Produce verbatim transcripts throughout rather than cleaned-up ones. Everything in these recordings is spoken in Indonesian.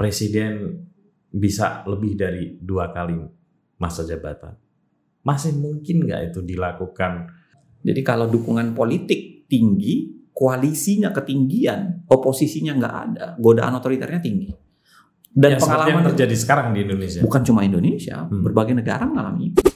presiden bisa lebih dari dua kali masa jabatan. Masih mungkin nggak itu dilakukan? Jadi kalau dukungan politik tinggi, koalisinya ketinggian, oposisinya nggak ada, godaan otoriternya tinggi. Dan ya, pengalaman yang terjadi sekarang di Indonesia. Bukan cuma Indonesia, hmm. berbagai negara mengalami itu.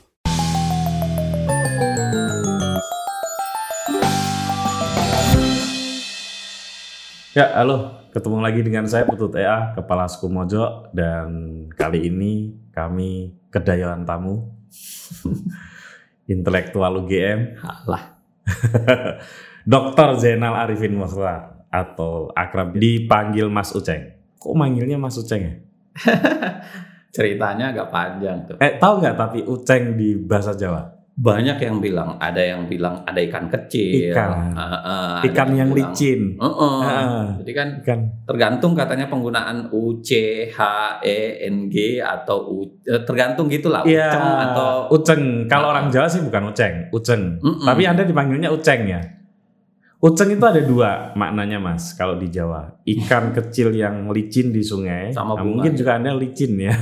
Ya, halo. Ketemu lagi dengan saya Putut E A, Kepala Suku Mojo, dan kali ini kami kedatangan tamu intelektual U G M. Alah. Doktor Zainal Arifin Mokhtar atau akrab dipanggil Mas Uceng. Kok manggilnya Mas Uceng ya? Ceritanya agak panjang tuh. Eh, tahu nggak tapi Uceng di bahasa Jawa? Banyak yang bilang, ada yang bilang ada ikan kecil, ikan, uh, uh, ikan yang, yang bilang, licin. Uh, uh. Uh, Jadi kan ikan. Tergantung katanya penggunaan U C H E N G atau U, tergantung gitulah. Iya, Uceng atau Uceng. Kalau uh, orang Jawa sih bukan Uceng, Uceng. Uh, uh. Tapi Anda dipanggilnya Uceng ya. Uceng itu ada dua maknanya Mas kalau di Jawa. Ikan kecil yang licin di sungai. Sama nah, mungkin juga Anda licin ya.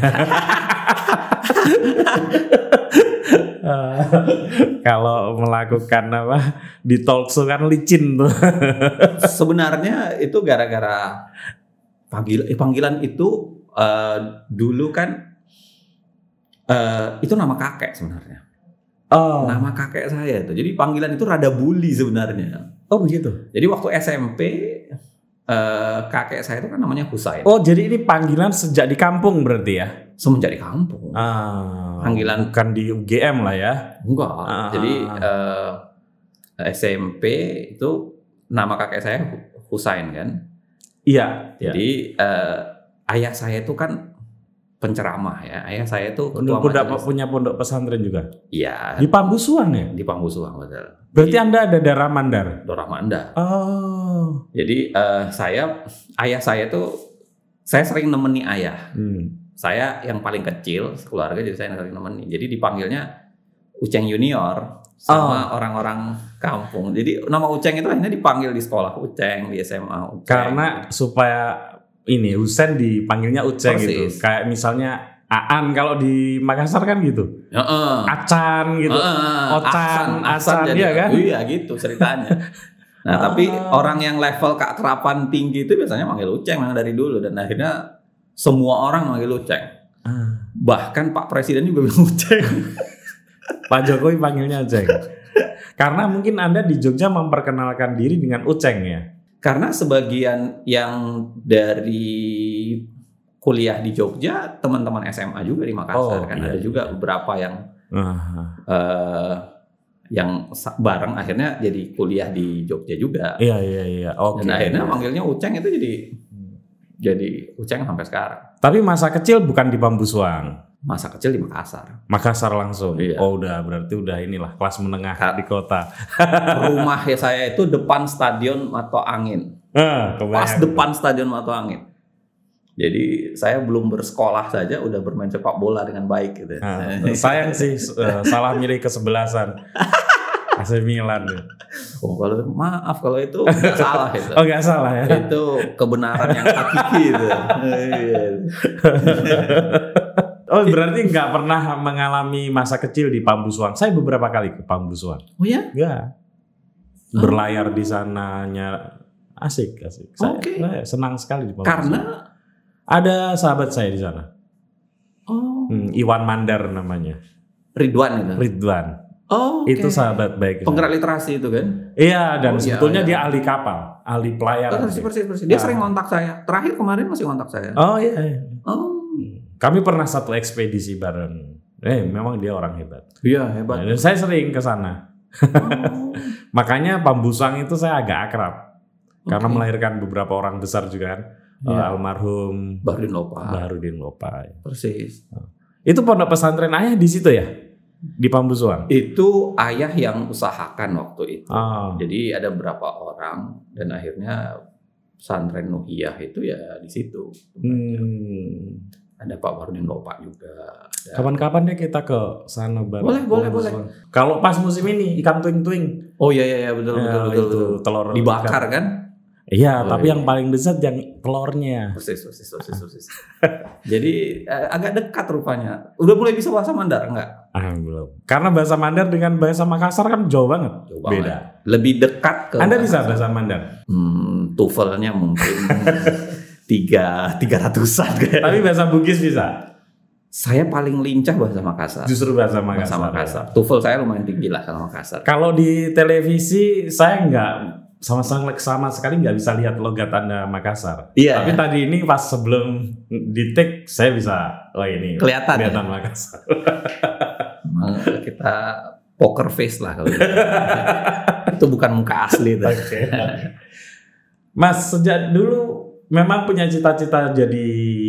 Uh, kalau melakukan apa di talk show kan licin tuh. Sebenarnya itu gara-gara panggil, eh, panggilan itu uh, dulu kan uh, itu nama kakek sebenarnya. Oh. Nama kakek saya itu. Jadi panggilan itu rada bully sebenarnya. Oh begitu. Jadi waktu S M P uh, kakek saya itu kan namanya Husain. Oh jadi ini panggilan sejak di kampung berarti ya? Semenjak di kampung. Ah, panggilan bukan di U G M lah ya? Enggak. Ah. Jadi uh, S M P itu nama kakek saya Husain kan? Iya. Jadi ya. uh, ayah saya itu kan penceramah ya. Ayah saya itu ketua majelis. Punya pondok pesantren juga? Iya. Di Pambusuang ya? Di Pambusuang betul. Berarti Jadi, Anda ada darah Mandar? Darah Mandar. Oh. Jadi uh, saya, ayah saya tuh, saya sering nemeni ayah. Hmm. Saya yang paling kecil keluarga, jadi saya sering nemeni. Jadi dipanggilnya Uceng Junior sama oh. orang-orang kampung. Jadi nama Uceng itu akhirnya dipanggil di sekolah Uceng, di S M A Uceng. Karena supaya ini Husain dipanggilnya Uceng. Persis. Gitu. Kayak misalnya Aan kalau di Makassar kan gitu. Uh-uh. Acan gitu. Uh-uh. Ocan, Acan, Acan dia kan? Iya gitu ceritanya. Nah, uh. tapi orang yang level keakraban tinggi itu biasanya manggil Uceng memang dari dulu, dan akhirnya semua orang manggil Uceng. Uh. Bahkan Pak Presiden juga bilang Uceng. Pak Jokowi panggilnya Uceng. Karena mungkin Anda di Jogja memperkenalkan diri dengan Uceng ya. Karena sebagian yang dari kuliah di Jogja, teman-teman S M A juga di Makassar oh, kan iya, ada juga iya. beberapa yang uh-huh. uh, yang bareng akhirnya jadi kuliah di Jogja juga. Iya iya iya. Dan Oke. akhirnya manggilnya Uceng itu jadi jadi Uceng sampai sekarang. Tapi masa kecil bukan di Pambusuang. Masa kecil di Makassar. Makassar langsung. Iya. Oh udah berarti udah inilah kelas menengah Ka- di kota. Rumah saya itu depan Stadion Mato Angin. Uh, Pas depan Stadion Mato Angin. Jadi saya belum bersekolah saja udah bermain sepak bola dengan baik gitu. Nah, sayang sih uh, salah milih kesebelasan. A C Milan. Oh kalau maaf kalau itu nggak salah itu. Oh nggak salah ya. Itu kebenaran yang hakiki itu. Oh berarti nggak pernah mengalami masa kecil di Pambusuang. Saya beberapa kali ke Pambusuang. Oh ya? Ya. Berlayar di sananya asik asik. Saya, okay. saya senang sekali di Pambusuang. Karena ada sahabat saya di sana. Oh. Hmm, Iwan Mandar namanya. Ridwan itu. Ridwan. Oh. Okay. Itu sahabat baik. Penggerak literasi itu kan? Iya dan oh, sebetulnya iya, dia iya. ahli kapal, ahli pelayaran. Persis, persis, persis. Dia nah. sering kontak saya. Terakhir kemarin masih kontak saya. Oh iya. iya. Oh. Kami pernah satu ekspedisi bareng. Eh, memang dia orang hebat. Iya hebat. Nah, dan saya sering ke sana. Oh. Makanya Pambusuang itu saya agak akrab. Okay. Karena melahirkan beberapa orang besar juga kan. Ya. Uh, almarhum Bahrudin Lopa. Bahrudin Lopa. Ya. Persis. Itu pondok pesantren ayah di situ ya? Di Pambusuang? Itu ayah yang usahakan waktu itu. Oh. Jadi ada beberapa orang dan akhirnya pesantren Nuhiyah itu ya di situ. Hmm. Ada Pak Bahrudin Lopa juga. Ada. Kapan-kapan deh kita ke sana bareng. Boleh, boleh, boleh. Kalau pas musim ini ikan tuing-tuing. Oh iya iya, iya betul, ya, betul betul itu betul. Telur dibakar ikan. Kan? Iya, oh, tapi iya. yang paling lezat yang telurnya. Persis, persis, persis, persis. Jadi eh, agak dekat rupanya. Udah mulai bisa bahasa Mandar enggak? Ah, belum. Karena bahasa Mandar dengan bahasa Makassar kan jauh banget. Jauh Beda. banget. Lebih dekat ke. Anda bisa bahasa Mandar? Hmm, TOEFL-nya mungkin tiga tiga ratusan. Tapi bahasa Bugis bisa. Saya paling lincah bahasa Makassar. Justru bahasa Makassar. Bahasa Makassar. TOEFL saya lumayan tinggi lah sama Makassar. Kalau di televisi saya nggak sama sama sekali nggak bisa lihat logat Anda Makassar. Iya. Tapi tadi ini pas sebelum di take saya bisa, oh ini kelihatan, kelihatan ya? Makassar. Memang kita poker face lah kalau gitu. Itu bukan muka asli itu. Okay. Mas sejak dulu memang punya cita-cita jadi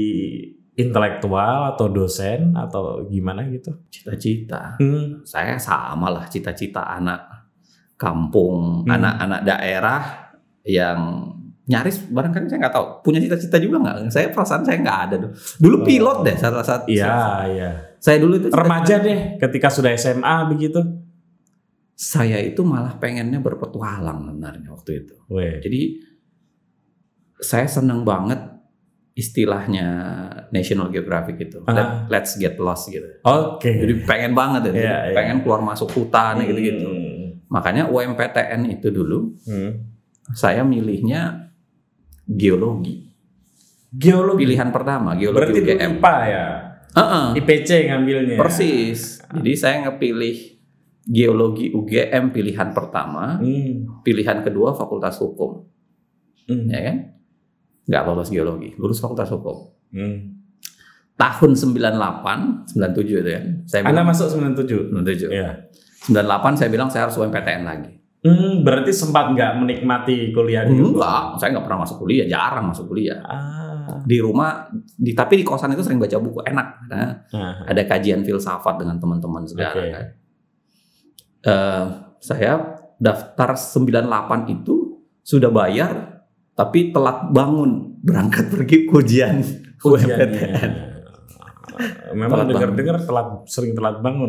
intelektual atau dosen atau gimana gitu? Cita-cita. Hmm. Saya sama lah cita-cita anak kampung, hmm. anak-anak daerah yang nyaris barangkali saya nggak tahu punya cita-cita juga nggak. Saya perasaan saya nggak ada dulu. Dulu pilot deh salah satu. Iya iya. Saya dulu itu remaja deh ketika sudah S M A begitu. Saya itu malah pengennya berpetualang sebenarnya waktu itu. Weh. Jadi saya senang banget istilahnya National Geographic itu. Ah. Let, let's get lost gitu. Oke. Okay. Jadi pengen banget itu. Yeah, pengen yeah. keluar masuk hutan hmm. gitu-gitu. Makanya U M P T N itu dulu hmm. saya milihnya geologi. Geologi pilihan pertama, geologi berarti U G M. I P A ya? Uh-uh. I P C ngambilnya. Persis. Jadi saya ngepilih geologi U G M pilihan pertama, hmm. pilihan kedua fakultas hukum. Hmm. Ya kan? Nggak lolos geologi, lulus fakultas hukum. Hmm. Tahun sembilan delapan, sembilan tujuh itu kan. Saya Anda bilang, masuk sembilan tujuh? sembilan tujuh. Iya. sembilan delapan saya bilang saya harus U M P T N lagi. Hmm, berarti sempat nggak menikmati kuliah di Enggak, saya nggak pernah masuk kuliah, jarang masuk kuliah. Ah. Di rumah, di tapi di kosan itu sering baca buku, enak. Nah, ah. Ada kajian filsafat dengan teman-teman segala okay. kan. Uh, saya daftar sembilan delapan itu sudah bayar, tapi telat bangun berangkat pergi ujian U M P T N. Memang dengar-dengar telat, sering telat bangun.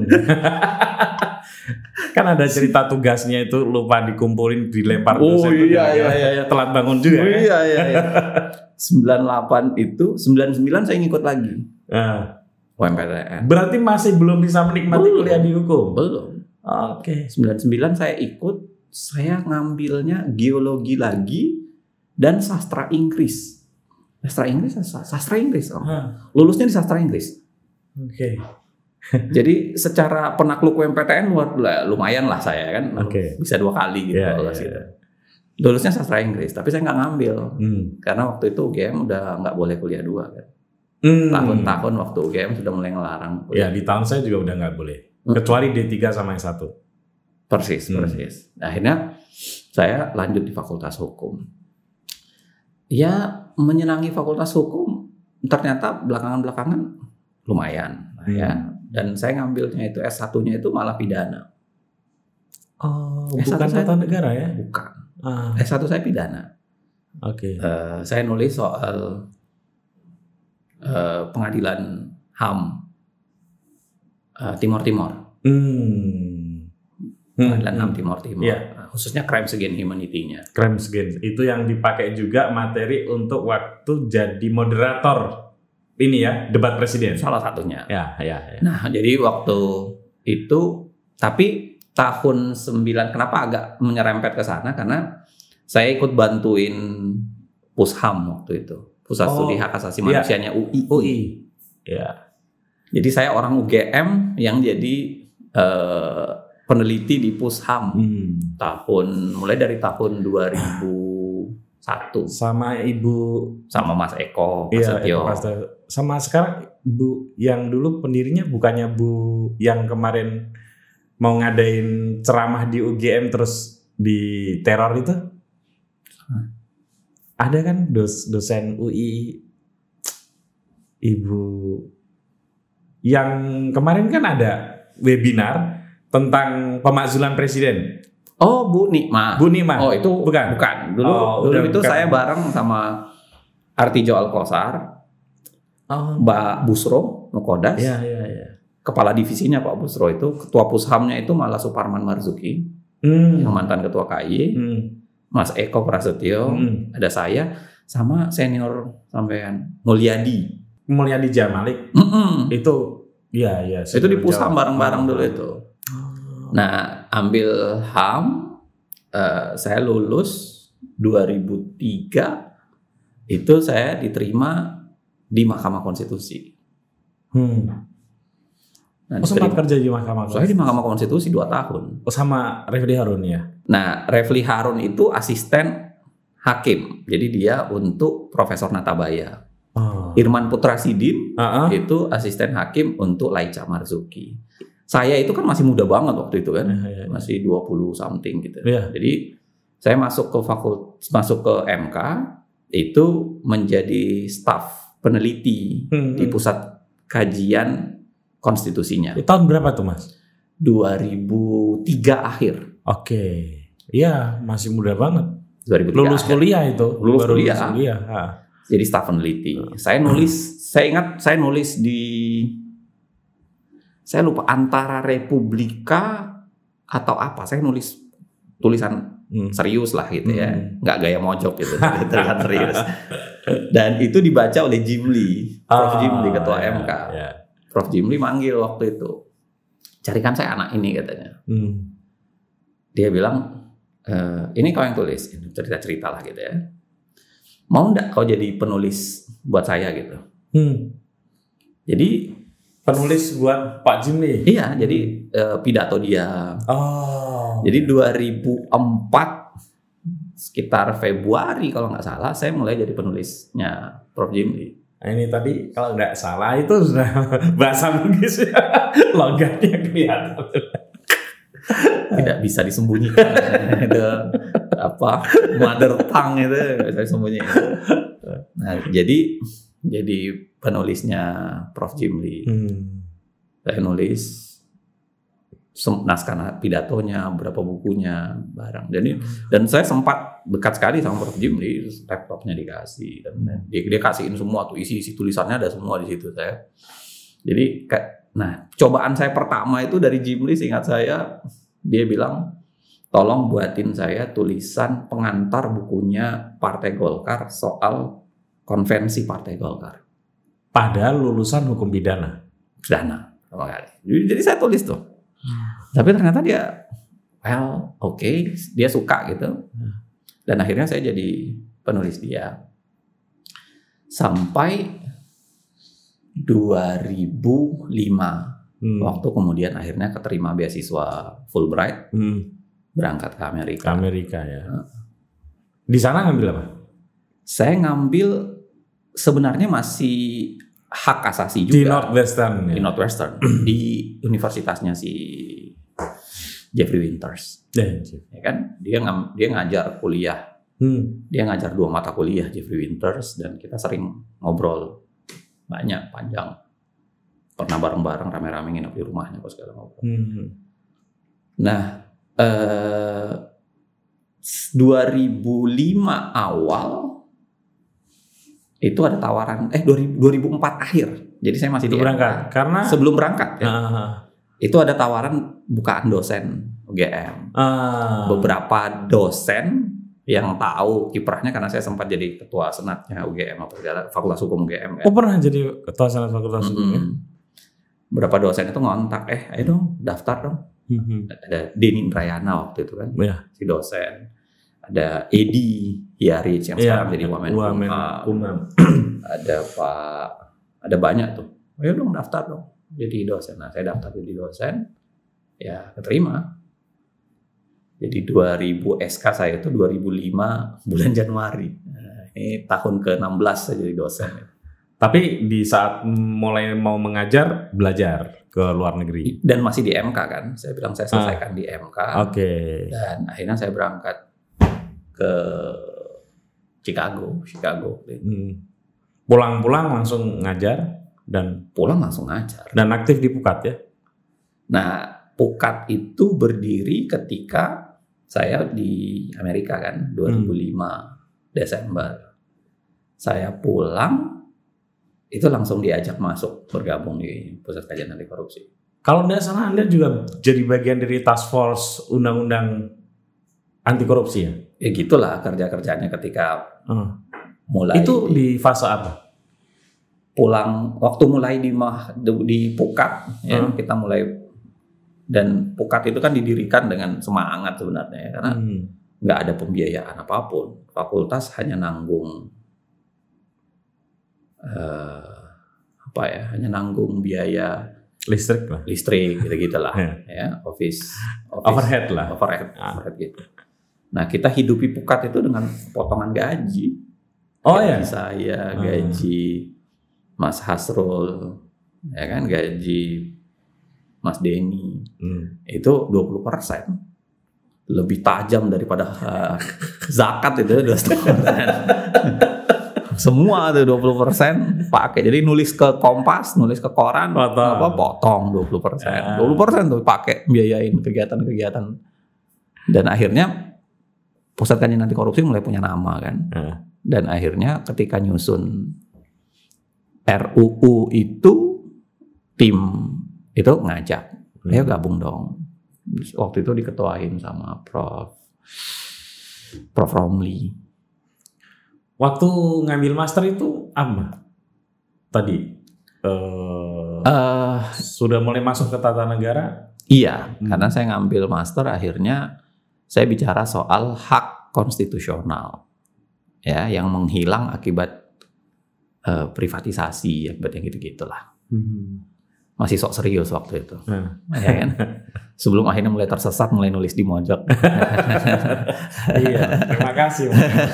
Kan ada cerita tugasnya itu lupa dikumpulin dilempar oh, dosen. Oh iya, iya iya iya telat bangun juga. Oh, iya iya iya. sembilan delapan itu sembilan sembilan saya ngikut lagi. Uh. U M P T N. Berarti masih belum bisa menikmati belum. Kuliah di hukum. Belum. Oke. Okay. sembilan sembilan saya ikut, saya ngambilnya geologi lagi dan sastra Inggris. Sastra Inggris, sastra Inggris. Oh. Huh. Lulusnya di sastra Inggris. Oke. Okay. Jadi secara penakluk U M P T N lumayan lah saya kan, okay. bisa dua kali gitu. Yeah, yeah, gitu. Yeah. Lulusnya sastra Inggris, tapi saya nggak ngambil hmm. karena waktu itu U G M udah nggak boleh kuliah dua kan. Hmm. Tahun-tahun waktu U G M sudah mulai ngelarang. Ya di tahun saya juga udah nggak boleh, hmm. kecuali D tiga sama S satu. Persis, hmm. persis. Akhirnya saya lanjut di Fakultas Hukum. Ya menyenangi Fakultas Hukum, ternyata belakangan-belakangan lumayan, hmm. ya. Dan saya ngambilnya itu S satunya itu malah pidana. Oh, bukan tata negara ya? Bukan. Ah. S satu saya pidana. Oke. Okay. Uh, saya nulis soal uh, pengadilan H A M uh, Timor Timor. Hmm. Pengadilan hmm. H A M Timor Timor. Yeah. Uh, khususnya crimes against humanity-nya. Crimes against itu yang dipakai juga materi untuk waktu jadi moderator. Ini ya, debat presiden. Salah satunya. Ya, ya, ya. Nah, jadi waktu itu, tapi tahun sembilan, kenapa agak menyerempet ke sana? Karena saya ikut bantuin Pusham waktu itu. Pusat oh, Studi Hak Asasi Manusianya ya. U I. U I. Ya. Jadi saya orang U G M yang jadi uh, peneliti di Pusham. Hmm. Tahun, mulai dari tahun dua ribu satu. Sama Ibu. Sama Mas Eko, Mas iya, Setio. Eko, sama sekarang Bu yang dulu pendirinya bukannya Bu yang kemarin mau ngadain ceramah di U G M terus di teror itu? Hmm. Ada kan dos, dosen U I Ibu yang kemarin kan ada webinar tentang pemakzulan presiden. Oh, Bu Nikma. Bu Nikma. Oh, itu bukan. Bukan. Dulu oh, dulu itu bukan. Saya bareng sama Artijo Alkosar. Oh. Mbak Busro Nukodas. Iya, iya, iya. Kepala divisinya Pak Busro itu, ketua Pushamnya itu malah Suparman Marzuki. Hmm. Yang mantan ketua K I Y. Hmm. Mas Eko Prasetyo, hmm. ada saya sama senior sampean Mulyadi. Mulyadi Jamalik. Mm-mm. Itu ya ya. Itu di Pusam bareng-bareng dulu itu. Nah, ambil H A M uh, saya lulus dua ribu tiga itu saya diterima di Mahkamah Konstitusi. Hmm. Nah, oh, sempat kerja di Mahkamah Konstitusi. Saya di Mahkamah Konstitusi dua tahun. Oh, sama Refli Harun ya. Nah, Refli Harun itu asisten hakim. Jadi dia untuk Profesor Natabaya. Oh. Irman Putra Sidin uh-huh. itu asisten hakim untuk Laica Marzuki. Saya itu kan masih muda banget waktu itu kan. Uh, iya, iya. Masih dua puluh something gitu. Yeah. Jadi saya masuk ke fakultas masuk ke M K itu menjadi staf peneliti hmm. di pusat kajian konstitusinya. Di tahun berapa tuh, Mas? dua ribu tiga akhir. Oke. Iya, masih muda banget. dua ribu tiga lulus akhir. kuliah itu. Lulus Baru kuliah. Lulus kuliah. Ha. Jadi staf peneliti. Saya nulis, saya ingat saya nulis di saya lupa antara Republika atau apa. Saya nulis tulisan hmm. serius lah gitu ya. Hmm. Nggak gaya mojok gitu. Tulisan serius. Dan itu dibaca oleh Jimli. Prof Oh, Jimli, ketua ya, M K. Ya. Prof Jimli manggil waktu itu. Carikan saya anak ini katanya. Hmm. Dia bilang, e, ini kau yang tulis. Cerita-cerita lah gitu ya. Mau nggak kau jadi penulis buat saya gitu? Hmm. Jadi penulis buat Pak Jimli? Iya, jadi uh, pidato dia. Oh. Jadi dua ribu empat sekitar Februari kalau nggak salah, saya mulai jadi penulisnya Prof Jimli. Nah, ini tadi kalau nggak salah itu sudah bahasa Bugis ya, logatnya kelihatan. Tidak bisa disembunyikan. Itu apa mother tongue itu nggak bisa disembunyikan. Nah, jadi jadi penulisnya Prof Jimli. Hmm. Saya nulis naskah pidatonya, berapa bukunya, barang. Dan dan saya sempat dekat sekali sama Prof Jimli, laptopnya dikasih dan dia, dia kasihin semua tuh isi-isi tulisannya ada semua di situ saya. Jadi nah, cobaan saya pertama itu dari Jimli, seingat saya dia bilang tolong buatin saya tulisan pengantar bukunya Partai Golkar soal konvensi Partai Golkar. Padahal lulusan hukum pidana. Pidana. Jadi, jadi saya tulis tuh. Hmm. Tapi ternyata dia, well, oke, okay, dia suka gitu. Dan akhirnya saya jadi penulis dia. Sampai dua ribu lima. Hmm. Waktu kemudian akhirnya keterima beasiswa Fulbright. Hmm. Berangkat ke Amerika. Ke Amerika ya. Di sana ngambil apa? Saya ngambil sebenarnya masih hak asasi juga. Di Northwestern. Di Northwestern. Di universitasnya si Jeffrey Winters. Yeah, ya kan? Dia ng- dia ngajar kuliah. Hmm. Dia ngajar dua mata kuliah Jeffrey Winters dan kita sering ngobrol banyak panjang. Pernah bareng-bareng rame-rame nginep di rumahnya pas segala ngobrol. Hmm. Nah, eh, dua ribu lima awal itu ada tawaran eh dua ribu empat akhir. Jadi saya masih di berangkat karena sebelum berangkat ya. Uh, itu ada tawaran bukaan dosen U G M. Uh, Beberapa dosen yang tahu kiprahnya karena saya sempat jadi ketua senatnya U G M atau Fakultas Hukum U G M. Kan? Oh pernah jadi ketua senat Fakultas Hukum. Mm-hmm. Berapa dosen itu ngontak, eh ayo dong daftar dong. Mm-hmm. Ada Denny Indrayana waktu itu kan, yeah. si dosen. Ada Edi Hiarich yang yeah. sekarang jadi Wamen Kumham. Ada Pak, ada banyak tuh. Ayo dong daftar dong jadi dosen. Nah saya daftar jadi dosen, ya keterima. Jadi dua ribu S K saya itu dua ribu lima bulan Januari. Nah, ini tahun ke enam belas saya jadi dosen. Tapi di saat mulai mau mengajar, belajar ke luar negeri. Dan masih di M K kan. Saya bilang saya selesaikan ah. di M K. Oke. Okay. Dan akhirnya saya berangkat ke Chicago. Chicago. Hmm. Pulang-pulang langsung ngajar? Dan pulang langsung ngajar. Dan aktif di Pukat ya? Nah, Pukat itu berdiri ketika saya di Amerika kan. dua ribu lima hmm. Desember. Saya pulang. Itu langsung diajak masuk bergabung di Pusat Kajian Anti Korupsi. Kalau tidak salah Anda juga jadi bagian dari task force undang-undang anti korupsi ya? Ya gitulah kerja-kerjanya ketika Hmm. mulai. Itu di fase apa? Pulang waktu mulai di mah di Pukat ya, Hmm. kita mulai, dan Pukat itu kan didirikan dengan semangat sebenarnya ya, karena nggak hmm. ada pembiayaan apapun, fakultas hanya nanggung uh, apa ya, hanya nanggung biaya listrik lah, listrik gitu-gitulah ya, ya office, office overhead lah, overhead, ah. overhead gitu. Nah kita hidupi Pukat itu dengan potongan gaji, oh gaji ya, saya, gaji hmm. Mas Hasrul, ya kan, gaji Mas Denny, hmm. itu dua puluh persen lebih tajam daripada uh, zakat itu dua setengah persen. Semua tuh dua puluh persen pakai. Jadi nulis ke Kompas, nulis ke koran, potong. apa potong dua puluh persen. dua puluh persen tuh pakai biayain kegiatan-kegiatan. Dan akhirnya Pusat Kajian Anti Korupsi mulai punya nama kan. Hmm. Dan akhirnya ketika nyusun R U U itu, tim itu ngajak, ayo gabung dong. Waktu itu diketuain sama Prof Prof Romli. Waktu ngambil master itu apa? Tadi uh, uh, sudah mulai masuk ke tata negara? Iya, hmm. karena saya ngambil master akhirnya saya bicara soal hak konstitusional, ya, yang menghilang akibat uh, privatisasi, akibat yang gitu-gitulah. Hmm. Masih sok serius waktu itu, hmm. ya kan? Sebelum akhirnya mulai tersesat, mulai nulis di Mojok. Iya, terima kasih.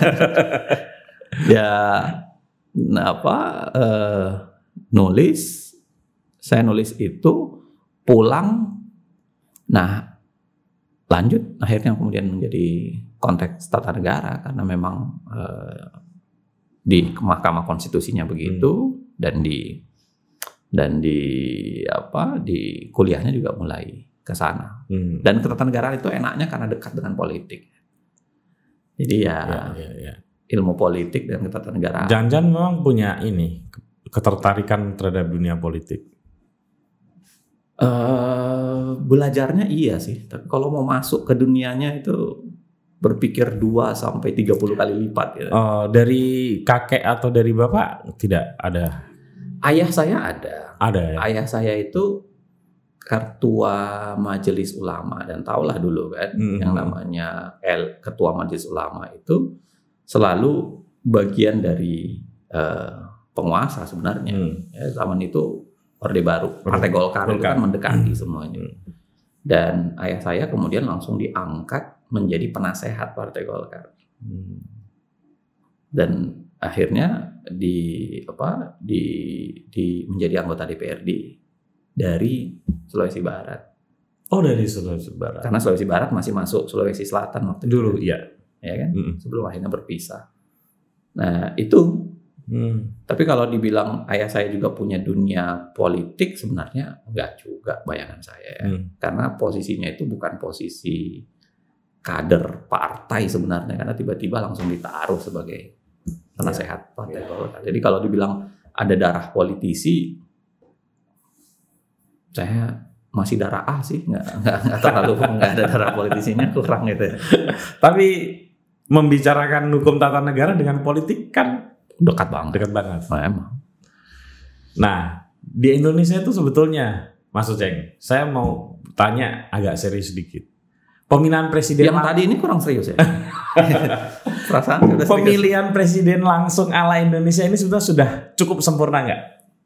Ya, nah apa? Uh, nulis, saya nulis itu, pulang, nah lanjut akhirnya kemudian menjadi konteks tata negara karena memang uh, di Mahkamah Konstitusinya begitu, hmm. dan di dan di apa di kuliahnya juga mulai ke sana. Hmm. Dan ketatanegaraan itu enaknya karena dekat dengan politik. Jadi ya, ya, ya, ya. ilmu politik dan ketatanegaraan. Jangan-jangan memang punya ini ketertarikan terhadap dunia politik. Uh, belajarnya iya sih, tapi kalau mau masuk ke dunianya itu berpikir dua sampai tiga puluh kali lipat. Ya. Uh, dari kakek atau dari bapak tidak ada? Ayah saya ada. Ada ya? Ayah saya itu ketua Majelis Ulama, dan tahulah dulu kan, mm-hmm. yang namanya L, ketua Majelis Ulama itu selalu bagian dari uh, penguasa sebenarnya. Mm. Ya, zaman itu Orde Baru, Partai Golkar itu kan mendekati mm. semuanya. Dan ayah saya kemudian langsung diangkat menjadi penasehat Partai Golkar. Mm. Dan akhirnya di apa di di menjadi anggota D P R D dari Sulawesi Barat. Oh, dari Sulawesi Barat. Karena Sulawesi Barat masih masuk Sulawesi Selatan waktu dulu, itu. Iya. Ya kan? Mm. Sebelum akhirnya berpisah. Nah, itu. Mm. Tapi kalau dibilang ayah saya juga punya dunia politik, sebenarnya enggak juga bayangan saya. Mm. Karena posisinya itu bukan posisi kader partai sebenarnya, karena tiba-tiba langsung ditaruh sebagai penasehat Partai Golkar. Jadi kalau dibilang ada darah politisi, saya masih darah A sih, nggak nggak nggak terlalu nggak ada darah politisinya, kurang gitu. Tapi membicarakan hukum tata negara dengan politik kan dekat banget. Dekat banget. Nah, emang. Nah, di Indonesia itu sebetulnya, Mas Uceng, saya mau tanya agak serius sedikit. Pemilihan presiden yang lang- tadi ini kurang serius ya. Perasaan sudah pemilihan serius. Presiden langsung ala Indonesia ini sudah sudah cukup sempurna nggak?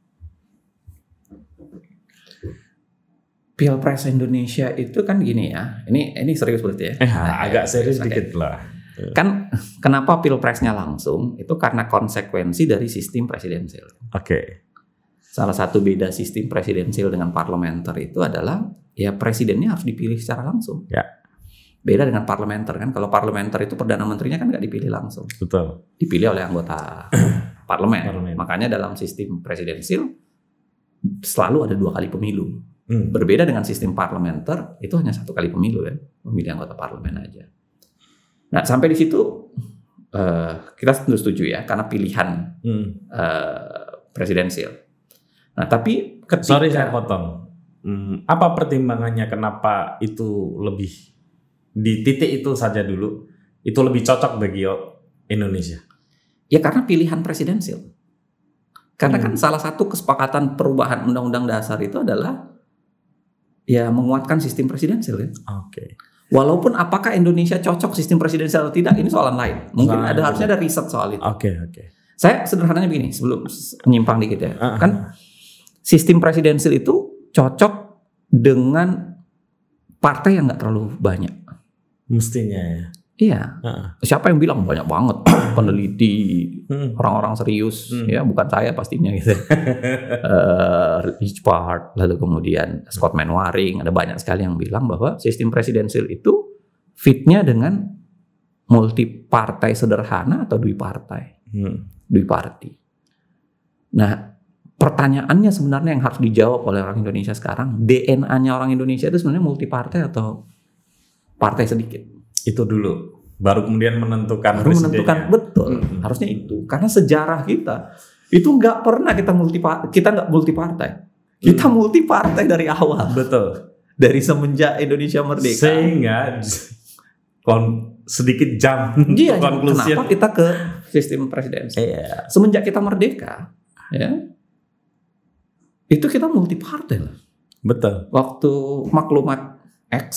Pilpres Indonesia itu kan gini ya. Ini ini serius berarti ya. Eh, nah, agak serius sedikit okay. lah. Kan kenapa pilpresnya langsung? Itu karena konsekuensi dari sistem presidensial. Oke. Okay. Salah satu beda sistem presidensial dengan parlementer itu adalah ya presidennya harus dipilih secara langsung. Ya. Beda dengan parlementer kan. Kalau parlementer itu perdana menterinya kan nggak dipilih langsung. Betul. Dipilih oleh anggota parlemen. parlemen. Makanya dalam sistem presidensial selalu ada dua kali pemilu. Hmm. Berbeda dengan sistem parlementer itu hanya satu kali pemilu kan, memilih anggota parlemen aja. Nah sampai di situ uh, kita tentu setuju ya, karena pilihan hmm. uh, presidensial. Nah tapi ketika, sorry saya potong. Hmm, apa pertimbangannya kenapa itu lebih di titik itu saja dulu itu lebih cocok bagi Indonesia? Ya karena pilihan presidensial. Karena hmm. kan salah satu kesepakatan perubahan Undang-Undang Dasar itu adalah ya menguatkan sistem presidensial kan. Oke. Okay. Walaupun apakah Indonesia cocok sistem presidensial atau tidak, ini soalan lain. Mungkin soalan ada itu. Harusnya ada riset soal itu. Oke, okay, oke. Okay. Saya sederhananya begini, sebelum menyimpang dikit ya. Uh-huh. Kan sistem presidensial itu cocok dengan partai yang nggak terlalu banyak. Mestinya ya. Iya. Uh-huh. Siapa yang bilang banyak banget peneliti, hmm. orang-orang serius, hmm. ya bukan saya pastinya gitu. uh, Rich Part, lalu kemudian Scott Manwaring, ada banyak sekali yang bilang bahwa sistem presidensial itu fitnya dengan multi partai sederhana atau dui partai, hmm. dui party. Nah, pertanyaannya sebenarnya yang harus dijawab oleh orang Indonesia sekarang, D N A-nya orang Indonesia itu sebenarnya multi partai atau partai sedikit? Itu dulu, baru kemudian menentukan baru menentukan betul, hmm. harusnya itu. Karena sejarah kita itu nggak pernah kita multi kita nggak multi partai, kita hmm. multi partai dari awal. Betul. Dari semenjak Indonesia merdeka. Sehingga kon sedikit jam iya, konklusi. Kenapa kita ke sistem presidensial? Iya. Semenjak kita merdeka, ya itu kita multi partai lah. Betul. Waktu maklumat X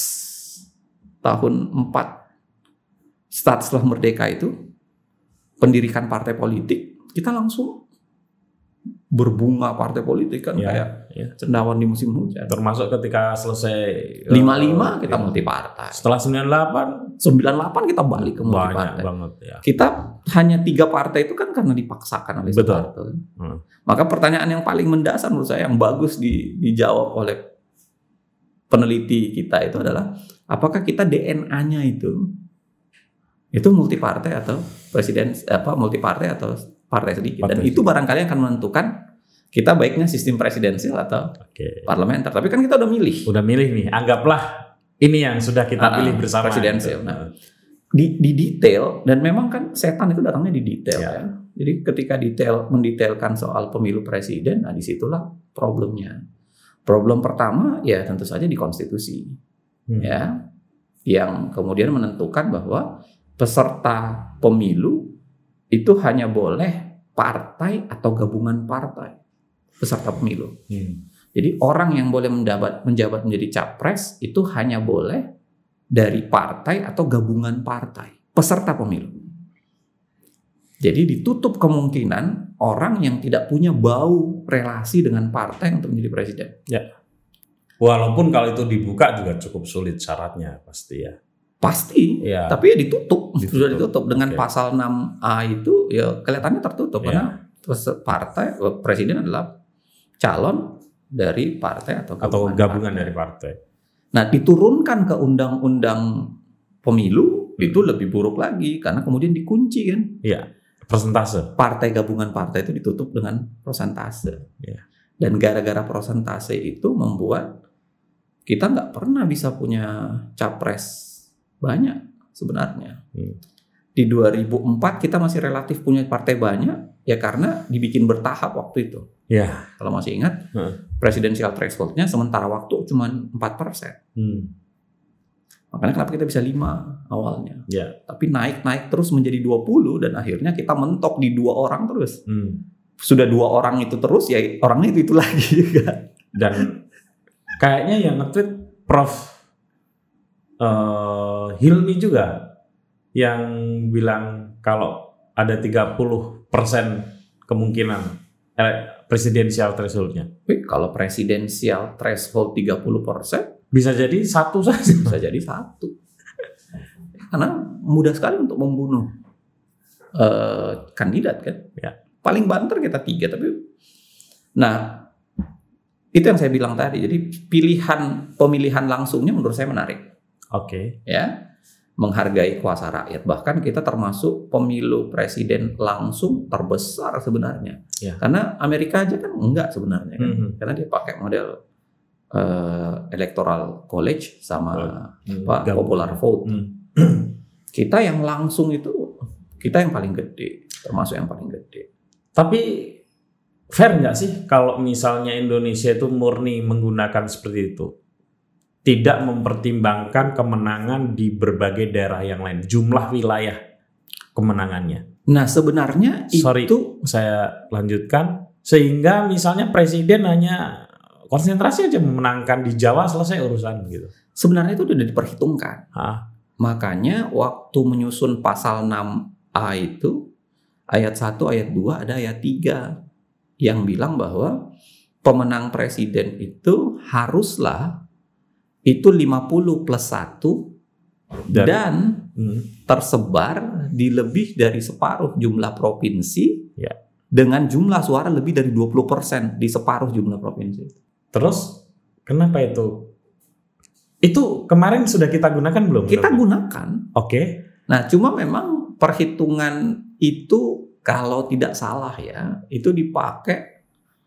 tahun empat start setelah merdeka itu pendirikan partai politik, kita langsung berbunga partai politik kan ya, kayak ya. Cendawan di musim hujan. Termasuk ketika selesai lima puluh lima kita ya. multi partai. Setelah sembilan puluh delapan sembilan puluh delapan kita balik ke multi partai. Banget, ya. Kita hanya tiga partai itu kan karena dipaksakan oleh Soeharto. Hmm. Maka pertanyaan yang paling mendasar menurut saya yang bagus di, dijawab oleh peneliti kita itu adalah apakah kita D N A-nya itu itu multi partai atau presiden apa multi partai atau partai sedikit, partai dan itu barangkali akan menentukan kita baiknya sistem presidensial atau okay. parlementer. Tapi kan kita udah milih. Udah milih nih. Anggaplah ini yang sudah kita uh, pilih bersama. Presidensial. Nah, di, di detail dan memang kan setan itu datangnya di detail ya. ya. Jadi ketika detail mendetailkan soal pemilu presiden, nah disitulah problemnya. Problem pertama ya tentu saja di konstitusi. Hmm. Ya. Yang kemudian menentukan bahwa peserta pemilu itu hanya boleh partai atau gabungan partai peserta pemilu. Hmm. Jadi orang yang boleh menjabat menjabat menjadi capres itu hanya boleh dari partai atau gabungan partai peserta pemilu. Jadi ditutup kemungkinan orang yang tidak punya bau relasi dengan partai untuk menjadi presiden. Ya. Walaupun kalau itu dibuka juga cukup sulit syaratnya pasti ya. Pasti, ya. Tapi ya ditutup, ditutup. Sudah ditutup dengan okay. pasal enam A itu ya kelihatannya tertutup ya. Karena partai presiden adalah calon dari partai atau gabungan, atau gabungan partai. dari partai. Nah, diturunkan ke undang-undang pemilu hmm. itu lebih buruk lagi karena kemudian dikunci kan. Iya, persentase. Partai gabungan partai itu ditutup dengan persentase. Ya. Dan gara-gara persentase itu membuat kita nggak pernah bisa punya capres banyak sebenarnya. Hmm. Di dua ribu empat kita masih relatif punya partai banyak ya karena dibikin bertahap waktu itu. Ya. Kalau masih ingat, hmm. presidensial threshold-nya sementara waktu cuma empat persen. Hmm. Makanya kenapa kita bisa lima awalnya. Ya. Tapi naik-naik terus menjadi dua puluh dan akhirnya kita mentok di dua orang terus. Hmm. Sudah dua orang itu terus ya orangnya itu, itu lagi kan. Dan kayaknya yang nge-tweet Prof Uh, Hilmi juga yang bilang kalau ada tiga puluh persen kemungkinan eh, presidensial threshold-nya. Wih, kalau presidensial threshold tiga puluh persen bisa jadi satu saja. Bisa jadi satu. Karena mudah sekali untuk membunuh uh, kandidat kan. Ya. Paling banter kita tiga tapi nah itu yang saya bilang tadi. Jadi pilihan pemilihan langsungnya menurut saya menarik. Oke. Okay. Ya, menghargai kuasa rakyat. Bahkan kita termasuk pemilu presiden langsung terbesar sebenarnya. Ya. Karena Amerika aja kan enggak sebenarnya kan. Mm-hmm. Karena dia pakai model uh, electoral college sama mm-hmm. apa popular vote. Mm-hmm. Kita yang langsung itu kita yang paling gede, termasuk yang paling gede. Tapi fair nggak sih kalau misalnya Indonesia itu murni menggunakan seperti itu? tidak mempertimbangkan kemenangan di berbagai daerah yang lain, jumlah wilayah kemenangannya. Nah sebenarnya Sorry, itu saya lanjutkan, sehingga misalnya presiden hanya konsentrasi aja memenangkan di Jawa, selesai urusan gitu. Sebenarnya itu sudah diperhitungkan. Hah? Makanya waktu menyusun pasal enam A itu ayat satu, ayat dua, ada ayat tiga yang bilang bahwa pemenang presiden itu haruslah itu lima puluh plus satu dan, dan hmm. tersebar di lebih dari separuh jumlah provinsi ya. Dengan jumlah suara lebih dari dua puluh persen di separuh jumlah provinsi. Terus kenapa itu? Itu kemarin sudah kita gunakan belum? Kita belum? gunakan. Oke. Okay. Nah, cuma memang perhitungan itu kalau tidak salah ya, itu dipakai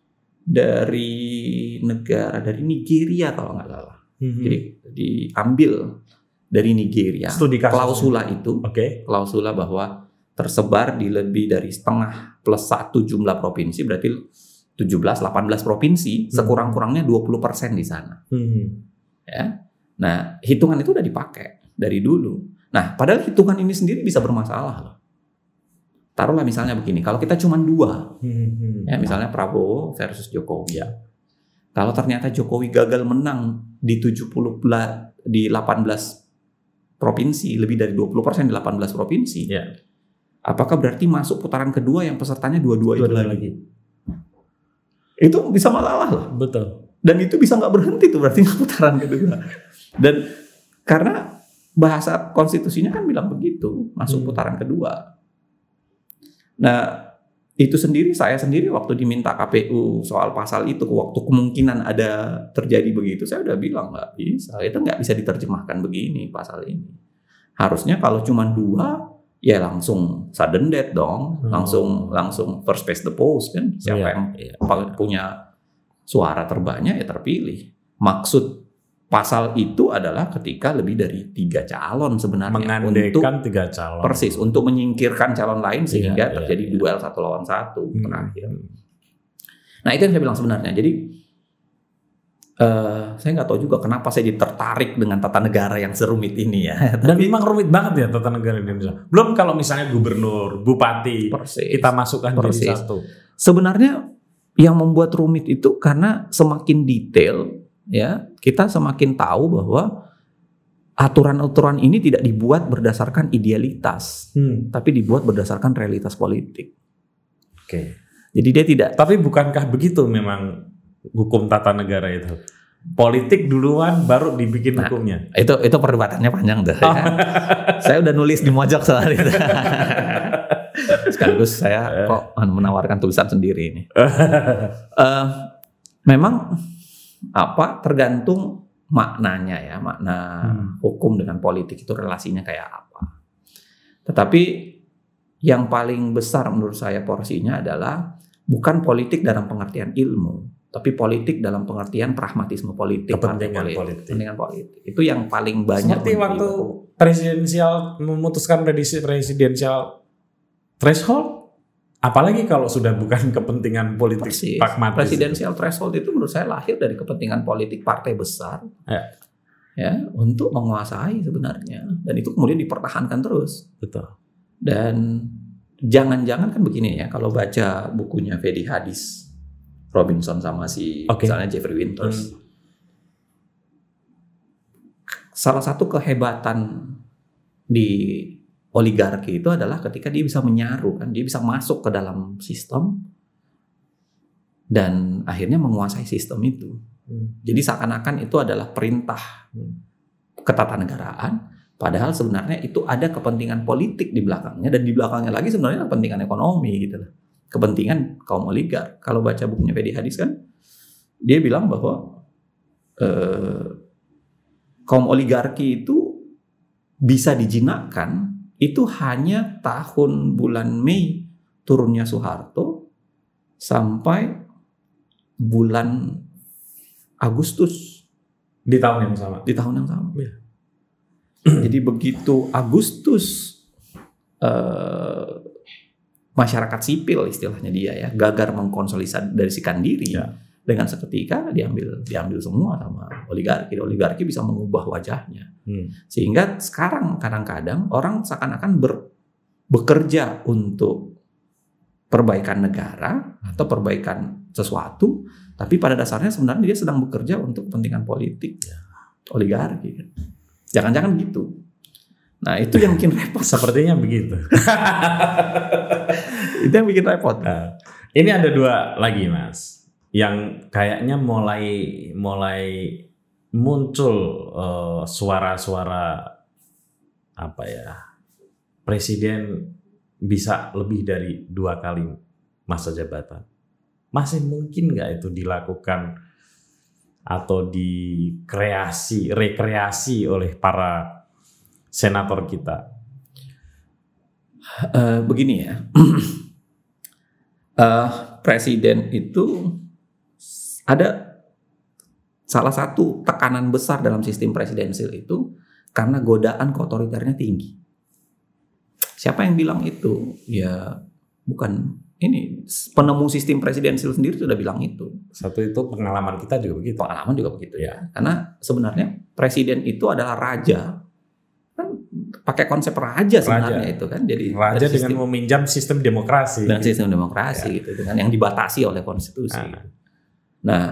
dari negara dari Nigeria kalau nggak salah. Mm-hmm. Jadi diambil dari Nigeria. Studi kasus. Klausula itu, okay. klausula bahwa tersebar di lebih dari setengah plus satu jumlah provinsi, berarti tujuh belas, delapan belas provinsi, mm-hmm. sekurang-kurangnya dua puluh persen di sana. Mm-hmm. Ya. Nah, hitungan itu udah dipakai dari dulu. Nah, padahal hitungan ini sendiri bisa bermasalah loh. Taruhlah misalnya begini, kalau kita cuma dua, mm-hmm. ya misalnya Prabowo versus Jokowi. Ya. Kalau ternyata Jokowi gagal menang di tujuh puluh di delapan belas provinsi, lebih dari dua puluh persen di delapan belas provinsi. Ya. Apakah berarti masuk putaran kedua yang pesertanya dua-dua itu lagi? lagi? Itu bisa masalah lah. Betul. Dan itu bisa nggak berhenti tuh berarti putaran kedua. Dan karena bahasa konstitusinya kan bilang begitu, masuk hmm. putaran kedua. Nah, itu sendiri saya sendiri waktu diminta K P U soal pasal itu, waktu kemungkinan ada terjadi begitu, saya udah bilang nggak bisa, itu nggak bisa diterjemahkan begini pasal ini. Harusnya kalau cuma dua, ya langsung sudden death dong, hmm. langsung langsung first past the post kan, siapa yeah, yang yeah. punya suara terbanyak ya terpilih. Maksud pasal itu adalah ketika lebih dari tiga calon sebenarnya mengandekan untuk tiga calon. Persis, untuk menyingkirkan calon lain sehingga yeah, terjadi yeah, duel yeah. satu lawan satu hmm. terakhir. Nah, itu yang saya bilang sebenarnya. Jadi uh, saya nggak tahu juga kenapa saya tertarik dengan tata negara yang serumit ini ya. Dan Tapi, memang rumit banget ya tata negara Indonesia. Belum kalau misalnya gubernur, bupati, persis, kita masukkan persis. Jadi satu. Sebenarnya yang membuat rumit itu karena semakin detail ya, kita semakin tahu bahwa aturan-aturan ini tidak dibuat berdasarkan idealitas, hmm. tapi dibuat berdasarkan realitas politik. Oke. Okay. Jadi dia tidak. Tapi bukankah begitu memang hukum tata negara itu? Politik duluan baru dibikin nah, hukumnya. Itu itu perdebatannya panjang tuh. Oh. Ya. Saya udah nulis di mojok soal itu. Sekaligus saya kok menawarkan tulisan sendiri ini. uh, memang apa tergantung maknanya ya, makna hmm. hukum dengan politik itu relasinya kayak apa. Tetapi yang paling besar menurut saya porsinya adalah bukan politik dalam pengertian ilmu, tapi politik dalam pengertian pragmatisme politik, kepentingan politik. politik. Kepentingan politik. Itu yang paling banyak. Seperti waktu presidensial memutuskan presidensial threshold. Apalagi kalau sudah bukan kepentingan politik Persis. pragmatis. Presidensial threshold itu menurut saya lahir dari kepentingan politik partai besar ya. Ya, untuk menguasai sebenarnya, dan itu kemudian dipertahankan terus. Betul. Dan jangan-jangan kan begini ya, kalau baca bukunya Fedi Hadis, Robinson sama si okay. misalnya Jeffrey Winters, hmm. salah satu kehebatan di oligarki itu adalah ketika dia bisa menyaru kan, dia bisa masuk ke dalam sistem dan akhirnya menguasai sistem itu. Hmm. Jadi seakan-akan itu adalah perintah hmm. ketatanegaraan, padahal sebenarnya itu ada kepentingan politik di belakangnya, dan di belakangnya lagi sebenarnya kepentingan ekonomi gitu loh. Kepentingan kaum oligark. Kalau baca bukunya Fedi Hadis kan, dia bilang bahwa eh, kaum oligarki itu bisa dijinakkan itu hanya tahun bulan Mei turunnya Soeharto sampai bulan Agustus di tahun yang sama. Di tahun yang sama. Ya. Jadi begitu Agustus eh, masyarakat sipil istilahnya dia ya gagal mengkonsolidasikan diri, ya. dengan seketika diambil diambil semua sama oligarki. Oligarki bisa mengubah wajahnya. Hmm. Sehingga sekarang kadang-kadang orang seakan-akan ber, bekerja untuk perbaikan negara atau perbaikan sesuatu, tapi pada dasarnya sebenarnya dia sedang bekerja untuk kepentingan politik oligarki. Jangan-jangan gitu. Nah, itu yang bikin repot. Sepertinya begitu. Itu yang bikin repot. Nah, ini ada dua lagi, Mas, yang kayaknya mulai mulai muncul uh, suara-suara apa ya, presiden bisa lebih dari dua kali masa jabatan. Masih mungkin nggak itu dilakukan atau dikreasi, rekreasi oleh para senator kita? Uh, begini ya, uh, presiden itu ada salah satu tekanan besar dalam sistem presidensil itu karena godaan keotoriternya tinggi. Siapa yang bilang itu? Ya bukan ini, penemu sistem presidensil sendiri sudah bilang itu. Satu itu pengalaman kita juga begitu. Pengalaman juga begitu ya. Karena sebenarnya presiden itu adalah raja. Pakai konsep raja sebenarnya raja. Itu kan, jadi raja dengan sistem, meminjam sistem demokrasi, dengan sistem demokrasi ya. Gitu, dengan yang dibatasi oleh konstitusi. Nah. nah,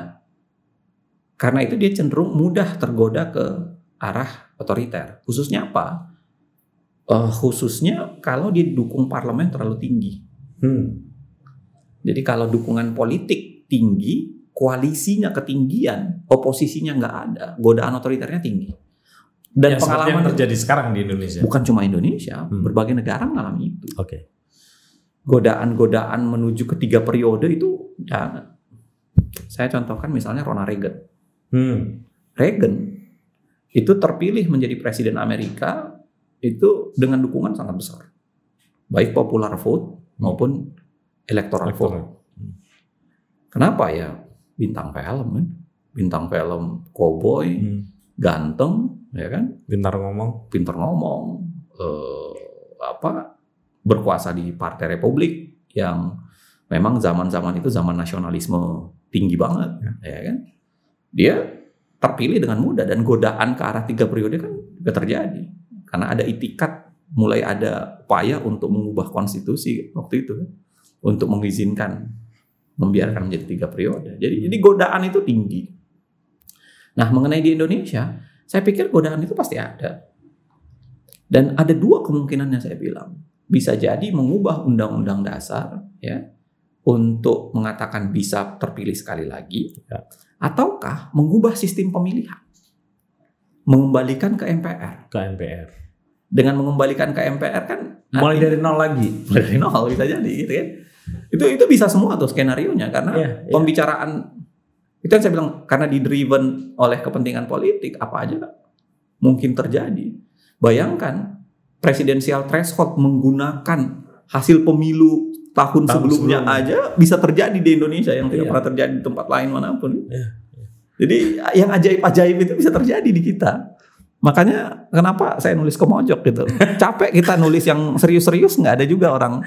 karena itu dia cenderung mudah tergoda ke arah otoriter. Khususnya apa? Uh, khususnya kalau dia dukung parlemen terlalu tinggi. Hmm. Jadi kalau dukungan politik tinggi, koalisinya ketinggian, oposisinya nggak ada, godaan otoriternya tinggi. Dan ya, pengalaman yang terjadi sekarang di Indonesia. Bukan cuma Indonesia, hmm. berbagai negara mengalami itu. Oke. Okay. Godaan-godaan menuju ke tiga periode itu jangan. Saya contohkan misalnya Ronald Reagan. Hmm. Reagan itu terpilih menjadi presiden Amerika itu dengan dukungan sangat besar. Baik popular vote maupun electoral vote. Hmm. Kenapa ya? Bintang film kan. Bintang film cowboy, hmm. ganteng, ya kan, pintar ngomong, pintar ngomong, eh, apa berkuasa di Partai Republik yang memang zaman-zaman itu zaman nasionalisme tinggi banget, ya, ya kan, dia terpilih dengan mudah dan godaan ke arah tiga periode kan juga terjadi karena ada itikat, mulai ada upaya untuk mengubah konstitusi waktu itu kan, untuk mengizinkan membiarkan menjadi tiga periode. Jadi, jadi godaan itu tinggi. Nah, mengenai di Indonesia, saya pikir godaan itu pasti ada. Dan ada dua kemungkinan yang saya bilang. Bisa jadi mengubah undang-undang dasar ya untuk mengatakan bisa terpilih sekali lagi, ya. Ataukah mengubah sistem pemilihan. Mengembalikan ke M P R. Ke M P R. Dengan mengembalikan ke M P R kan mulai dari nol lagi. Mulai dari nol bisa jadi gitu kan. Itu itu bisa semua tuh skenarionya karena ya, ya. Pembicaraan itu yang saya bilang karena di-driven oleh kepentingan politik apa aja mungkin terjadi. Bayangkan presidensial threshold menggunakan hasil pemilu tahun, tahun sebelumnya sebelum. aja bisa terjadi di Indonesia yang tidak iya. pernah terjadi di tempat lain manapun. Iya. Jadi yang ajaib-ajaib itu bisa terjadi di kita. Makanya kenapa saya nulis ke mojok gitu. Capek kita nulis yang serius-serius, nggak ada juga orang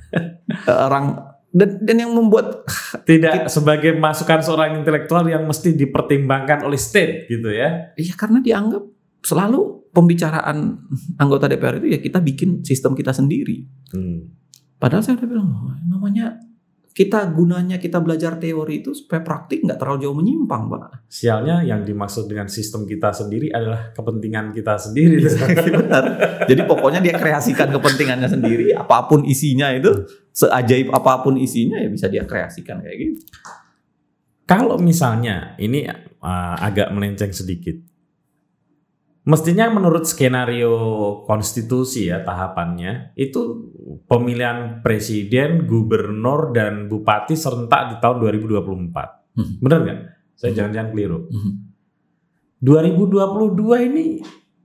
orang Dan, dan yang membuat tidak kita, sebagai masukan seorang intelektual yang mesti dipertimbangkan oleh state gitu ya. Iya, karena dianggap selalu pembicaraan anggota D P R itu ya kita bikin sistem kita sendiri. Hmm. Padahal saya udah bilang oh, namanya kita gunanya kita belajar teori itu supaya praktik nggak terlalu jauh menyimpang, Pak. Sialnya yang dimaksud dengan sistem kita sendiri adalah kepentingan kita sendiri. Benar. Jadi pokoknya dia kreasikan kepentingannya sendiri, apapun isinya itu, seajaib apapun isinya ya bisa dia kreasikan kayak gitu. Kalau misalnya ini uh, agak melenceng sedikit. Mestinya menurut skenario konstitusi ya tahapannya itu pemilihan presiden, gubernur dan bupati serentak di tahun dua ribu dua puluh empat. Hmm. Benar nggak? Saya hmm. jangan-jangan keliru. Hmm. dua ribu dua puluh dua ini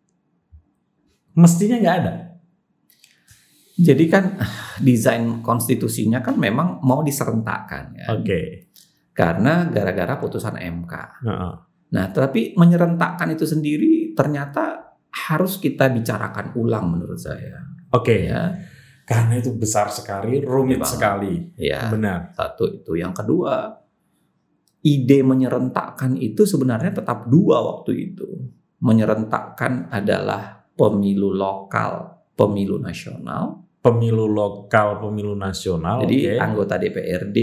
mestinya nggak ada. Jadi kan desain konstitusinya kan memang mau diserentakkan. Kan? Oke. Okay. Karena gara-gara putusan M K. Uh-uh. Nah, tapi menyerentakkan itu sendiri ternyata harus kita bicarakan ulang menurut saya. Oke okay. ya. Karena itu besar sekali, rumit ya, sekali. Ya. Benar. Satu itu, yang kedua, ide menyerentakkan itu sebenarnya tetap dua waktu itu. Menyerentakkan adalah pemilu lokal, pemilu nasional. Pemilu lokal, pemilu nasional. Jadi okay. anggota D P R D,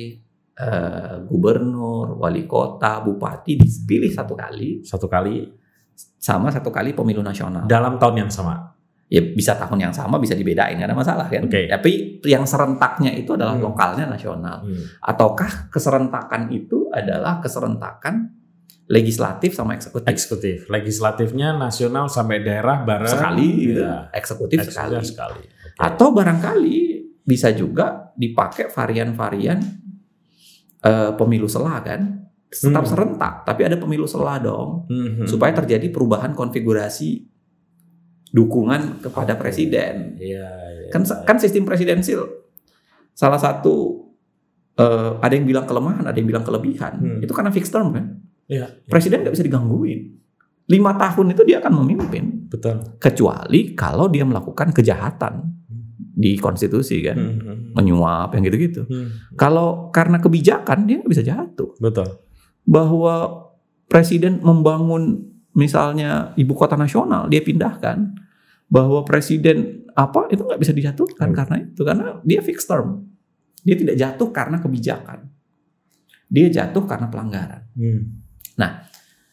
uh, gubernur, wali kota, bupati dipilih satu kali. Satu kali. Sama satu kali pemilu nasional. Dalam tahun yang sama. Ya bisa tahun yang sama, bisa dibedain, nggak ada masalah kan. Okay. Tapi yang serentaknya itu adalah hmm. lokalnya nasional. Hmm. Ataukah keserentakan itu adalah keserentakan legislatif sama eksekutif? Eksekutif, legislatifnya nasional sampai daerah bareng sekali, gitu. Ya. Eksekutif, Eksekutif sekali. sekali. Okay. Atau barangkali bisa juga dipakai varian-varian uh, pemilu sela kan, tetap hmm. serentak, tapi ada pemilu sela dong, hmm. supaya terjadi perubahan konfigurasi dukungan kepada presiden. Ya, ya, kan ya. kan sistem presidensil salah satu uh, ada yang bilang kelemahan, ada yang bilang kelebihan. Hmm. Itu karena fixed term kan. Ya, ya. Presiden nggak bisa digangguin. Lima tahun itu dia akan memimpin. Betul. Kecuali kalau dia melakukan kejahatan di konstitusi kan, hmm. menyuap yang gitu-gitu. Hmm. Kalau karena kebijakan dia nggak bisa jatuh. Betul. Bahwa presiden membangun misalnya ibu kota nasional dia pindahkan. Bahwa presiden apa itu nggak bisa dijatuhkan hmm. karena itu karena dia fixed term, dia tidak jatuh karena kebijakan, dia jatuh karena pelanggaran. Hmm. Nah,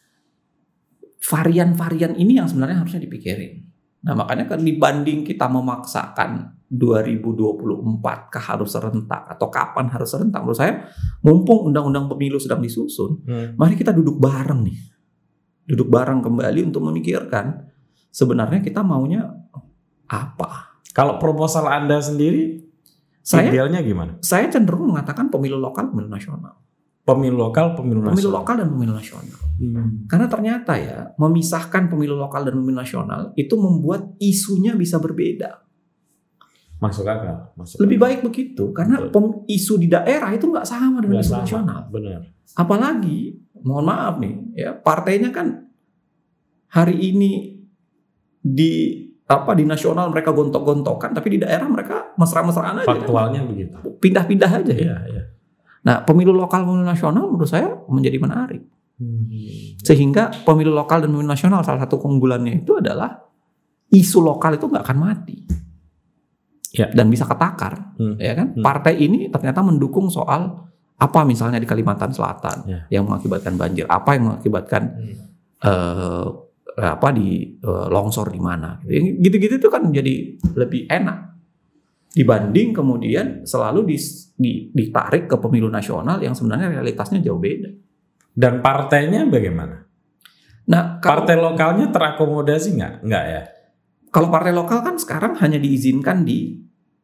varian-varian ini yang sebenarnya harusnya dipikirin. Nah makanya kan dibanding kita memaksakan dua ribu dua puluh empat kah harus serentak atau kapan harus serentak, menurut saya mumpung undang-undang pemilu sedang disusun, hmm. mari kita duduk bareng nih, duduk bareng kembali untuk memikirkan. Sebenarnya kita maunya apa? Kalau proposal Anda sendiri, saya, idealnya gimana? Saya cenderung mengatakan pemilu lokal, pemilu nasional. Pemilu lokal, pemilu nasional. Pemilu lokal dan pemilu nasional. Hmm. Karena ternyata ya, memisahkan pemilu lokal dan pemilu nasional itu membuat isunya bisa berbeda. Masuk akal. Masuk Lebih akal. baik begitu, karena pem, isu di daerah itu nggak sama dengan gak isu sama. nasional. Benar. Apalagi, mohon maaf nih, ya partainya kan hari ini di apa di nasional mereka gontok-gontokan, tapi di daerah mereka mesra-mesraan aja. Faktualnya kan? Begitu. Pindah-pindah aja. Ya, ya. Nah, pemilu lokal pemilu nasional menurut saya menjadi menarik. Hmm. Sehingga pemilu lokal dan pemilu nasional salah satu keunggulannya itu adalah isu lokal itu nggak akan mati. Ya. Dan bisa ketakar, hmm. ya kan? Hmm. Partai ini ternyata mendukung soal apa misalnya di Kalimantan Selatan ya. Yang mengakibatkan banjir, apa yang mengakibatkan hmm. uh, apa di uh, longsor di mana, gitu-gitu itu kan jadi lebih enak dibanding kemudian selalu di, di, ditarik ke pemilu nasional yang sebenarnya realitasnya jauh beda. Dan partainya bagaimana? Nah, kalau, partai lokalnya terakomodasi nggak? Nggak ya? Kalau partai lokal kan sekarang hanya diizinkan di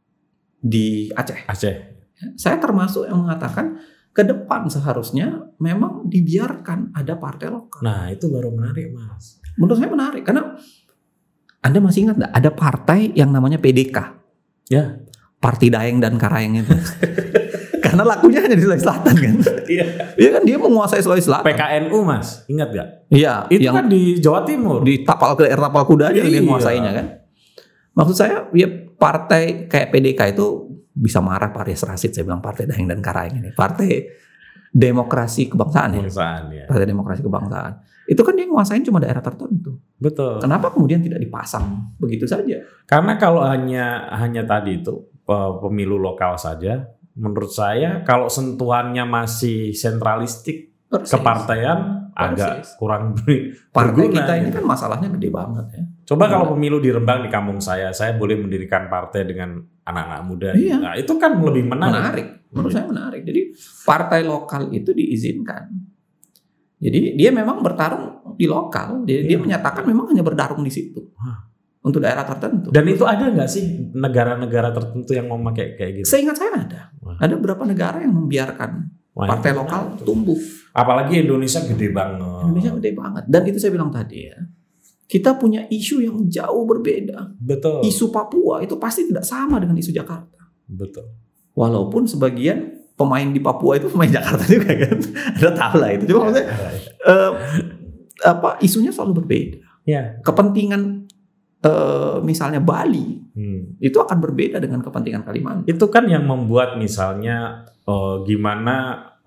di Aceh. Aceh. Saya termasuk yang mengatakan ke depan seharusnya memang dibiarkan ada partai lokal. Nah, itu baru menarik, Mas. Menurut saya menarik karena Anda masih ingat nggak ada partai yang namanya P D K? Ya, Parti Daeng dan Karaeng itu. Karena lakunya hanya di Sulawesi Selatan kan. Iya. Iya kan dia menguasai Sulawesi Selatan. P K N U, Mas, ingat nggak? Iya. Itu kan di Jawa Timur. Di tapal ke tapal kuda aja dia menguasainya kan. Maksud saya, ya partai kayak P D K itu bisa marah Pak Rias Rasid, saya bilang Partai Daeng dan Karaeng ini. Partai Demokrasi Kebangsaan ya. Kebangsaan, ya. Partai Demokrasi Kebangsaan. Itu kan dia nguasain cuma daerah tertentu. Betul. Kenapa kemudian tidak dipasang begitu saja? Karena kalau hanya hanya tadi itu pemilu lokal saja, menurut saya kalau sentuhannya masih sentralistik, persis. Kepartaian agak persis. Kurang partai berguna, kita ini gitu. Kan masalahnya gede banget ya. Coba nah, kalau pemilu di Rembang di kampung saya, saya boleh mendirikan partai dengan anak-anak muda. Iya. Nah, itu kan lebih menarik. Menarik. Menurut saya menarik. Jadi partai lokal itu diizinkan. Jadi dia memang bertarung di lokal. Dia, iya. dia menyatakan memang hanya bertarung di situ. Hah. Untuk daerah tertentu. Dan itu ada nggak sih negara-negara tertentu yang mau pakai kayak gitu? Seingat saya ada. Wah. Ada beberapa negara yang membiarkan Wah, partai lokal itu. tumbuh. Apalagi Indonesia gede banget. Indonesia gede banget. Dan itu saya bilang tadi ya. Kita punya isu yang jauh berbeda. Betul. Isu Papua itu pasti tidak sama dengan isu Jakarta. Betul. Walaupun sebagian pemain di Papua itu pemain Jakarta juga kan. Ada tahu lah itu. Cuma maksudnya uh, apa isunya selalu berbeda. Ya. Kepentingan uh, misalnya Bali hmm. itu akan berbeda dengan kepentingan Kalimantan. Itu kan yang membuat misalnya uh, gimana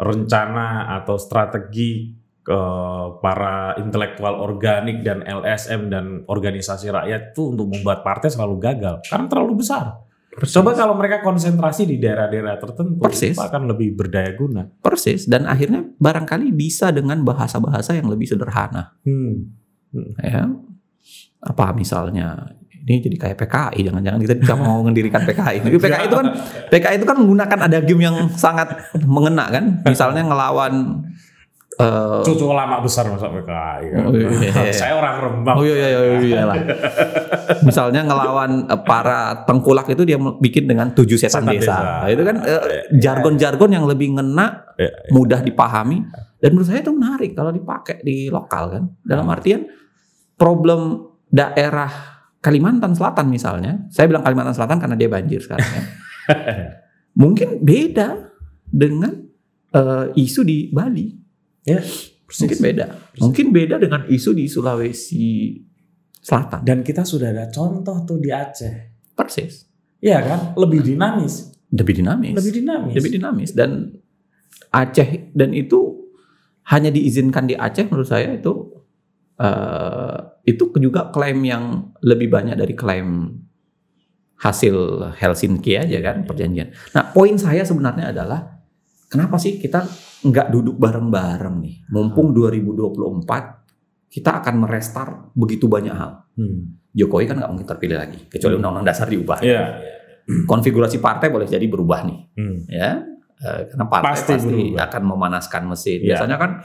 rencana atau strategi ke para intelektual organik dan L S M dan organisasi rakyat itu untuk membuat partai selalu gagal karena terlalu besar. Persis. Coba kalau mereka konsentrasi di daerah-daerah tertentu, Persis. itu akan lebih berdaya guna. Persis, dan akhirnya barangkali bisa dengan bahasa-bahasa yang lebih sederhana. Hmm. Hmm. Ya, apa misalnya? Ini jadi kayak P K I, jangan-jangan kita bisa mau mendirikan P K I. Tapi P K I itu kan P K I itu kan menggunakan adagam yang sangat mengena kan. Misalnya ngelawan uh, cucu lama besar masuk P K I. Kan? Oh, iya. Saya orang Rembang. Oh iya iya iya, iya lah. Misalnya ngelawan uh, para tengkulak itu dia bikin dengan tujuh setan, setan desa. desa. Nah, itu kan uh, jargon-jargon yang lebih ngena, mudah dipahami, dan menurut saya itu menarik kalau dipakai di lokal kan. Dalam artian problem daerah Kalimantan Selatan misalnya, saya bilang Kalimantan Selatan karena dia banjir sekarang ya. Mungkin beda dengan uh, isu di Bali. Ya, persis. Mungkin beda. Persis. Mungkin beda dengan isu di Sulawesi Selatan. Dan kita sudah ada contoh tuh di Aceh. Persis. Iya kan? Lebih dinamis. Lebih dinamis. Lebih dinamis. Lebih dinamis. Dan Aceh, dan itu hanya diizinkan di Aceh menurut saya itu Uh, itu juga klaim yang lebih banyak dari klaim hasil Helsinki aja kan, perjanjian. Nah, poin saya sebenarnya adalah kenapa sih kita nggak duduk bareng-bareng nih, mumpung dua ribu dua puluh empat kita akan merestart begitu banyak hal. Hmm. Jokowi kan nggak mungkin terpilih lagi kecuali hmm. undang-undang dasar diubah. Yeah. Konfigurasi partai boleh jadi berubah nih, hmm. ya, uh, karena partai pasti, pasti akan memanaskan mesin. Yeah. Biasanya kan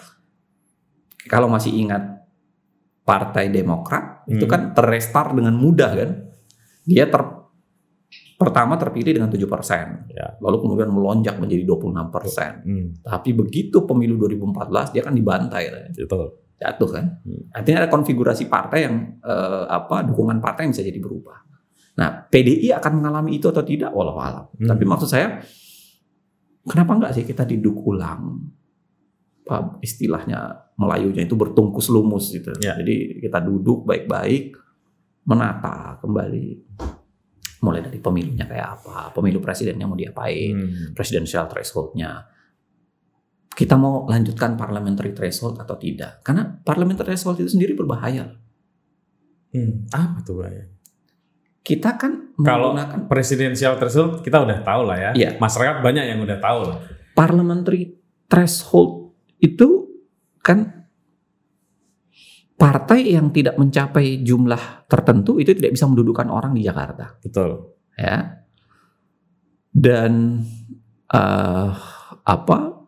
kalau masih ingat Partai Demokrat hmm. itu kan terrestart dengan mudah kan. Dia ter, pertama terpilih dengan tujuh persen. Ya. Lalu kemudian melonjak menjadi dua puluh enam persen. Hmm. Tapi begitu pemilu dua ribu empat belas dia kan dibantai kan. Betul. Jatuh kan. Hmm. Artinya ada konfigurasi partai yang eh, apa dukungan partai yang bisa jadi berubah. Nah, P D I akan mengalami itu atau tidak walau alam. Hmm. Tapi maksud saya kenapa enggak sih kita duduk ulang? Apa istilahnya Melayunya itu bertungkus lumus gitu. Ya. Jadi kita duduk baik-baik, menata kembali. Mulai dari pemilunya kayak apa, pemilu presidennya mau diapain, hmm. presidential threshold-nya. Kita mau lanjutkan parliamentary threshold atau tidak? Karena parliamentary threshold itu sendiri berbahaya. Hmm. Apa tuh bahaya? Kita kan kalau menggunakan presidential threshold kita udah tahu lah ya. Ya. Masyarakat banyak yang udah tahu lah. Parliamentary threshold itu kan partai yang tidak mencapai jumlah tertentu itu tidak bisa mendudukan orang di Jakarta. Betul. Ya. Dan uh, apa?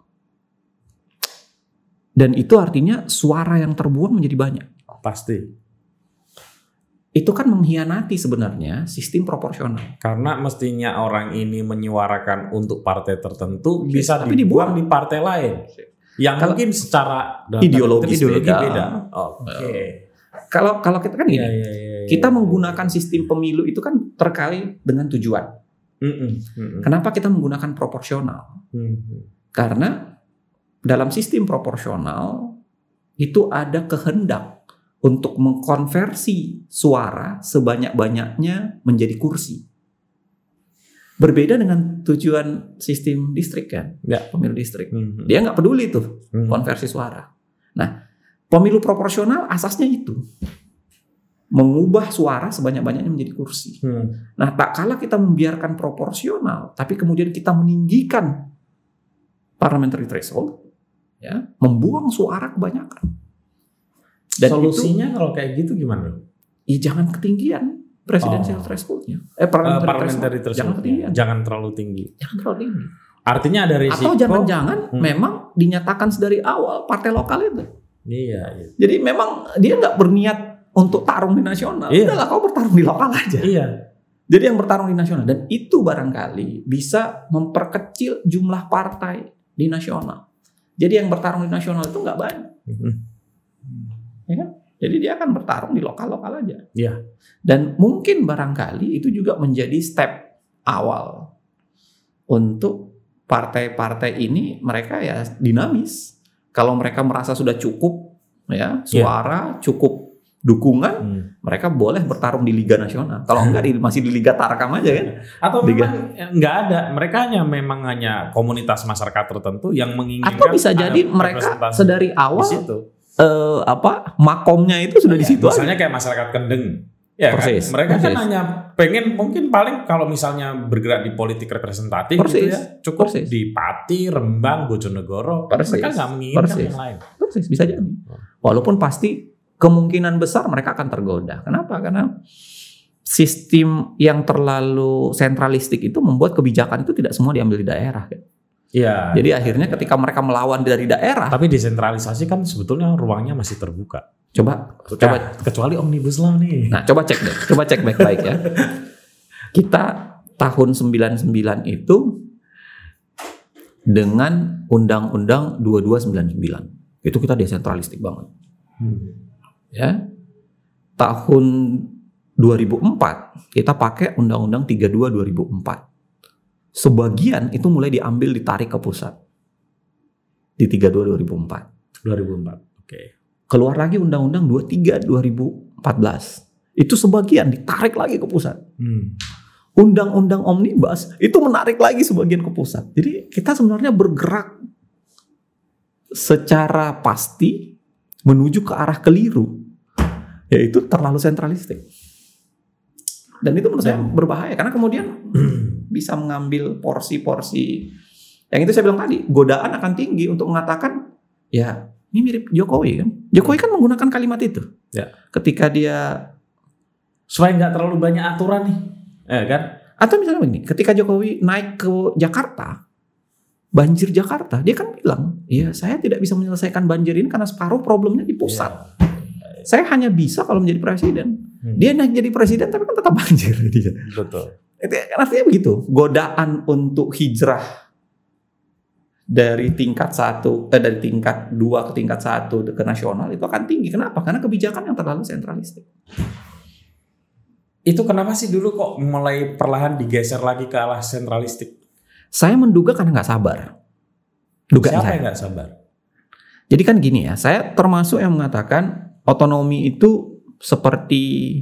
Dan itu artinya suara yang terbuang menjadi banyak. Pasti. Itu kan mengkhianati sebenarnya sistem proporsional. Karena mestinya orang ini menyuarakan untuk partai tertentu bisa tapi dibuang di partai lain. Yang kalau mungkin secara ideologis ideologi beda. beda. Oke. Okay. Kalau kalau kita kan gini, ya, ya, ya, ya, kita menggunakan sistem pemilu itu kan terkait dengan tujuan. Mm -mm, mm -mm. Kenapa kita menggunakan proporsional? Mm -mm. Karena dalam sistem proporsional itu ada kehendak untuk mengkonversi suara sebanyak-banyaknya menjadi kursi. Berbeda dengan tujuan sistem distrik kan, ya. Pemilu distrik. Mm-hmm. Dia nggak peduli tuh mm-hmm. konversi suara. Nah, pemilu proporsional asasnya itu mengubah suara sebanyak-banyaknya menjadi kursi. Mm. Nah, tak kala kita membiarkan proporsional, tapi kemudian kita meninggikan parliamentary threshold, ya, membuang suara kebanyakan. Dan solusinya itu, kalau kayak gitu gimana? Ya jangan ketinggian. Presidensial oh. threshold-nya. Eh parliamentary, uh, parliamentary threshold. Jangan ketinggian. Jangan terlalu tinggi. Jangan terlalu tinggi. Artinya ada risiko. Atau jangan-jangan hmm. memang dinyatakan sedari awal partai lokal itu. Iya, iya. Jadi memang dia nggak berniat untuk tarung di nasional. Iya. Udahlah kau bertarung di lokal aja. Iya. Jadi yang bertarung di nasional. Dan itu barangkali bisa memperkecil jumlah partai di nasional. Jadi yang bertarung di nasional itu nggak banyak. Hmm. Ya kan? Jadi dia akan bertarung di lokal-lokal aja. Iya. Dan mungkin barangkali itu juga menjadi step awal untuk partai-partai ini mereka ya dinamis. Kalau mereka merasa sudah cukup ya suara, yeah. cukup dukungan, hmm. mereka boleh bertarung di Liga Nasional. Kalau enggak di, masih di Liga Tarkam aja kan? Atau Liga. memang enggak ada, mereka hanya memang hanya komunitas masyarakat tertentu yang menginginkan. Atau bisa jadi mereka sedari awal uh, apa makomnya itu sudah ya, di situ. Misalnya aja. Kayak masyarakat Kendeng. Ya persis, kan? Mereka persis. Kan hanya pengen mungkin paling kalau misalnya bergerak di politik representatif persis, gitu ya cukup persis. Di Pati, Rembang, Bojonegoro. Persis, mereka nggak menginginkan persis. Yang lain. Persis bisa jadi. Walaupun pasti kemungkinan besar mereka akan tergoda. Kenapa? Karena sistem yang terlalu sentralistik itu membuat kebijakan itu tidak semua diambil di daerah. Ya. Jadi akhirnya ketika mereka melawan dari daerah. Tapi desentralisasi kan sebetulnya ruangnya masih terbuka. Coba, Bukan, coba kecuali omnibus law nih. Nah, coba cek deh, coba cek baik-baik ya. Kita tahun sembilan puluh sembilan itu dengan Undang-Undang dua puluh dua sembilan puluh sembilan itu kita desentralistik banget. Hmm. Ya. Tahun dua ribu empat kita pakai Undang-Undang tiga puluh dua dua ribu empat. Sebagian itu mulai diambil ditarik ke pusat. Di tiga puluh dua dua ribu empat. dua ribu empat. Oke. Okay. Keluar lagi Undang-Undang dua puluh tiga dua ribu empat belas. Itu sebagian ditarik lagi ke pusat. Hmm. Undang-Undang Omnibus itu menarik lagi sebagian ke pusat. Jadi kita sebenarnya bergerak secara pasti menuju ke arah keliru. Yaitu terlalu sentralistik. Dan itu menurut saya berbahaya. Karena kemudian bisa mengambil porsi-porsi. Yang itu saya bilang tadi. Godaan akan tinggi untuk mengatakan ya ini mirip Jokowi kan. Jokowi kan menggunakan kalimat itu. Ya. Ketika dia supaya nggak terlalu banyak aturan nih, ya kan? Atau misalnya begini, ketika Jokowi naik ke Jakarta, banjir Jakarta, dia kan bilang, ya saya tidak bisa menyelesaikan banjir ini karena separuh problemnya di pusat. Ya. Saya hanya bisa kalau menjadi presiden. Hmm. Dia naik jadi presiden tapi kan tetap banjir dia. Betul. Itu artinya begitu. Godaan untuk hijrah dari tingkat satu eh, dari tingkat dua ke tingkat satu ke nasional itu akan tinggi. Kenapa? Karena kebijakan yang terlalu sentralistik. Itu kenapa sih dulu kok mulai perlahan digeser lagi ke arah sentralistik? Saya menduga karena nggak sabar. Dugaan Siapa saya. yang nggak sabar? Jadi kan gini ya, saya termasuk yang mengatakan otonomi itu seperti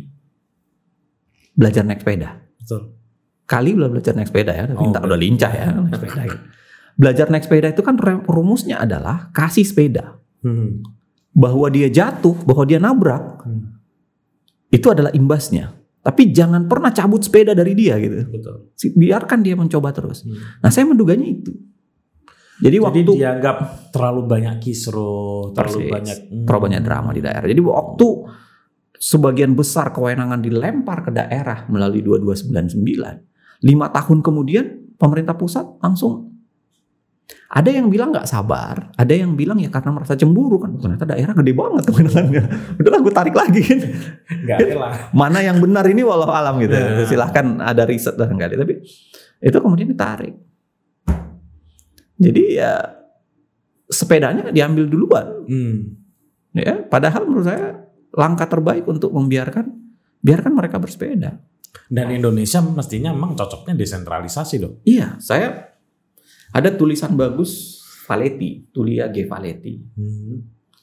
belajar naik sepeda. Betul. Kali udah belajar naik sepeda ya, oh, minta udah lincah ya naik sepeda. Gitu. Belajar naik sepeda itu kan rumusnya adalah kasih sepeda. Hmm. Bahwa dia jatuh, bahwa dia nabrak. Hmm. Itu adalah imbasnya. Tapi jangan pernah cabut sepeda dari dia gitu. Betul. Biarkan dia mencoba terus. Hmm. Nah, saya menduganya itu. Jadi, Jadi waktu dianggap terlalu banyak kisruh, terlalu persis, banyak hmm. terlalu banyak drama di daerah. Jadi waktu sebagian besar kewenangan dilempar ke daerah melalui dua puluh dua sembilan puluh sembilan, lima tahun kemudian pemerintah pusat langsung. Ada yang bilang nggak sabar, ada yang bilang ya karena merasa cemburu kan, ternyata daerah gede banget kewenangannya. Udahlah gue tarik lagi kan. Gak lah. Mana yang benar ini walau alam gitu. Nah. Silahkan ada riset dan enggak, tapi itu kemudian ditarik. Jadi ya sepedanya diambil duluan. Hmm. Ya, padahal menurut saya langkah terbaik untuk membiarkan biarkan mereka bersepeda. Dan Indonesia mestinya memang cocoknya desentralisasi dong. Iya, saya ada tulisan bagus Valetti, Tulia G. Valetti, hmm.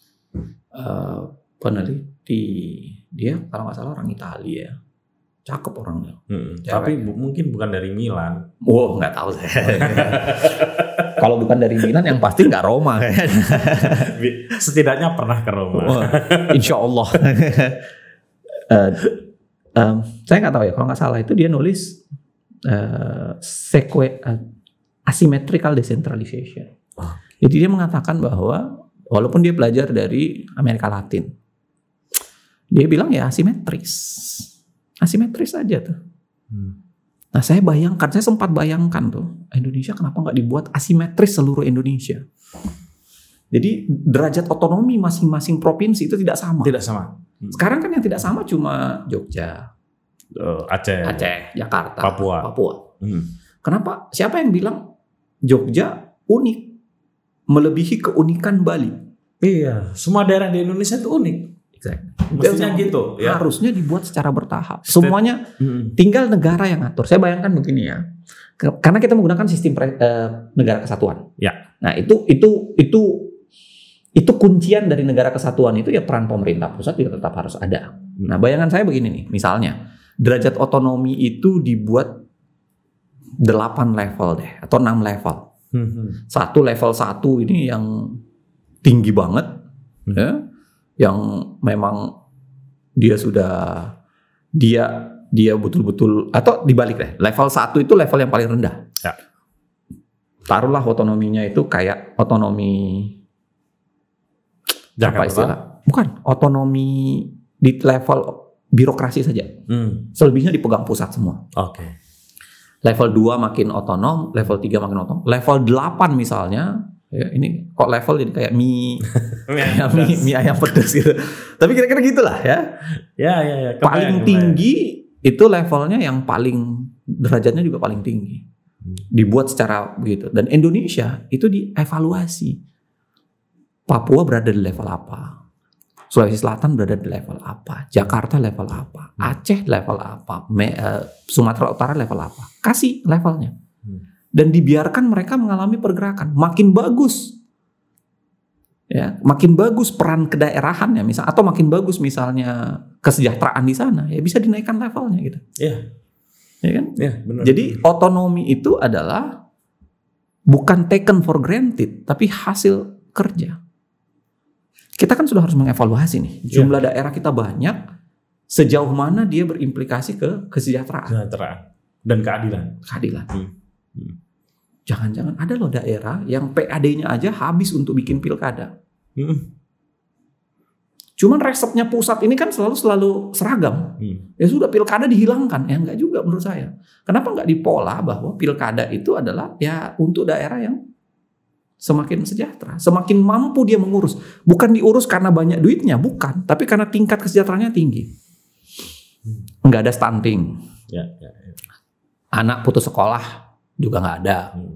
uh, peneliti, dia kalau nggak salah orang Italia, cakep orangnya. Hmm. Tapi bu- mungkin bukan dari Milan. Wow, nggak tahu saya. Kalau bukan dari Milan, yang pasti nggak Roma. Setidaknya pernah ke Roma. Oh, insya Allah. uh, um, saya nggak tahu ya, kalau nggak salah itu dia nulis uh, sekue. Uh, asymmetrical decentralization. Oh. Jadi dia mengatakan bahwa walaupun dia belajar dari Amerika Latin, dia bilang ya asimetris, asimetris aja tuh. Hmm. Nah saya bayangkan, saya sempat bayangkan tuh Indonesia kenapa nggak dibuat asimetris seluruh Indonesia. Jadi derajat otonomi masing-masing provinsi itu tidak sama. Tidak sama. Hmm. Sekarang kan yang tidak sama cuma Jogja, uh, Aceh, Aceh, Jakarta, Papua. Papua. Hmm. Kenapa? Siapa yang bilang Jogja unik, melebihi keunikan Bali? Iya, semua daerah di Indonesia itu unik. Exactly. Mestinya gitu. Ya. Harusnya dibuat secara bertahap. Semuanya hmm. tinggal negara yang atur. Saya bayangkan begini ya, karena kita menggunakan sistem pre, eh, negara kesatuan. Ya. Nah itu itu itu itu kuncian dari negara kesatuan itu ya peran pemerintah pusat juga tetap harus ada. Nah, bayangan saya begini nih, misalnya derajat otonomi itu dibuat delapan level deh atau enam level. Hmm. Satu level satu ini yang tinggi banget, hmm. ya, yang memang dia sudah dia dia betul-betul atau dibalik deh. Level satu itu level yang paling rendah. Ya. Taruhlah otonominya itu kayak otonomi Jakarta. Apa istilah? Bukan, otonomi di level birokrasi saja. Hmm. Selebihnya dipegang pusat semua. Oke. Okay. Level dua makin otonom, level tiga makin otonom. Level delapan misalnya, ya ini kok level jadi kayak mie kayak mie, mie ayam pedas gitu. Tapi kira-kira gitulah ya. Ya, ya, ya. Kebayang, paling kebayang. Tinggi itu levelnya yang paling derajatnya juga paling tinggi. Dibuat secara begitu. Dan Indonesia itu dievaluasi. Papua berada di level apa? Sulawesi Selatan berada di level apa? Jakarta level apa? Aceh level apa? Me, uh, Sumatera Utara level apa? Kasih levelnya. Dan dibiarkan mereka mengalami pergerakan. Makin bagus. Ya, makin bagus peran kedaerahannya misal atau makin bagus misalnya kesejahteraan di sana, ya bisa dinaikkan levelnya gitu. Iya. Ya kan? Ya, benar. Jadi otonomi itu adalah bukan taken for granted, tapi hasil kerja. Kita kan sudah harus mengevaluasi nih, jumlah ya. Daerah kita banyak, sejauh mana dia berimplikasi ke kesejahteraan, kesejahteraan dan keadilan. Keadilan. Hmm. Hmm. Jangan-jangan ada loh daerah yang P A D-nya aja habis untuk bikin pilkada. Hmm. Cuman resepnya pusat ini kan selalu selalu seragam. Hmm. Ya sudah pilkada dihilangkan, ya enggak juga menurut saya. Kenapa enggak dipola bahwa pilkada itu adalah ya untuk daerah yang semakin sejahtera, semakin mampu dia mengurus. Bukan diurus karena banyak duitnya, bukan. Tapi karena tingkat kesejahteraannya tinggi. Hmm. Enggak ada stunting. Ya, ya, ya. Anak putus sekolah juga enggak ada. Hmm.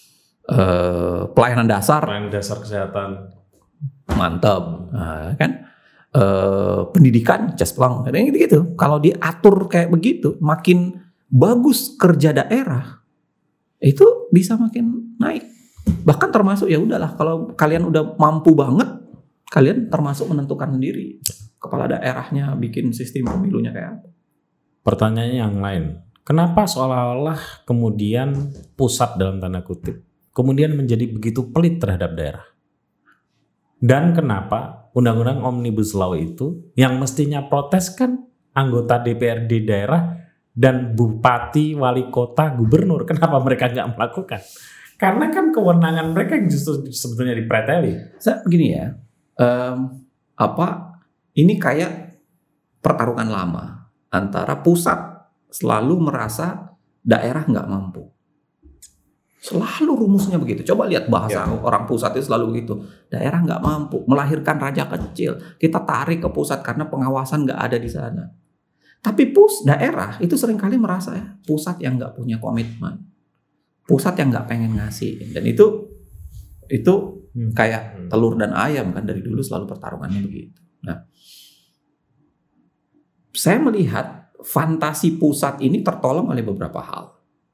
Uh, pelayanan dasar. Pelayanan dasar kesehatan. Mantap. Nah, kan? Uh, pendidikan, cesplong. Kayak gitu-gitu. Kalau diatur kayak begitu, makin bagus kerja daerah, itu bisa makin naik. Bahkan termasuk ya udahlah kalau kalian udah mampu banget, kalian termasuk menentukan sendiri kepala daerahnya bikin sistem pemilunya kayak apa. Pertanyaannya yang lain, kenapa seolah-olah kemudian pusat dalam tanda kutip kemudian menjadi begitu pelit terhadap daerah? Dan kenapa undang-undang Omnibus Law itu yang mestinya protes kan anggota D P R D daerah dan bupati, wali kota, gubernur, kenapa mereka nggak melakukan? Karena kan kewenangan mereka yang justru sebetulnya dipreteli. Saya begini ya, um, apa ini kayak pertarungan lama antara pusat selalu merasa daerah nggak mampu. Selalu rumusnya begitu. Coba lihat bahasa ya. Orang pusat itu selalu begitu. Daerah nggak mampu melahirkan raja kecil. Kita tarik ke pusat karena pengawasan nggak ada di sana. Tapi pus daerah itu seringkali merasa ya, pusat yang nggak punya komitmen. Pusat yang nggak pengen ngasih, dan itu itu hmm. kayak telur dan ayam kan, dari dulu selalu pertarungannya begitu. Nah, saya melihat fantasi pusat ini tertolong oleh beberapa hal.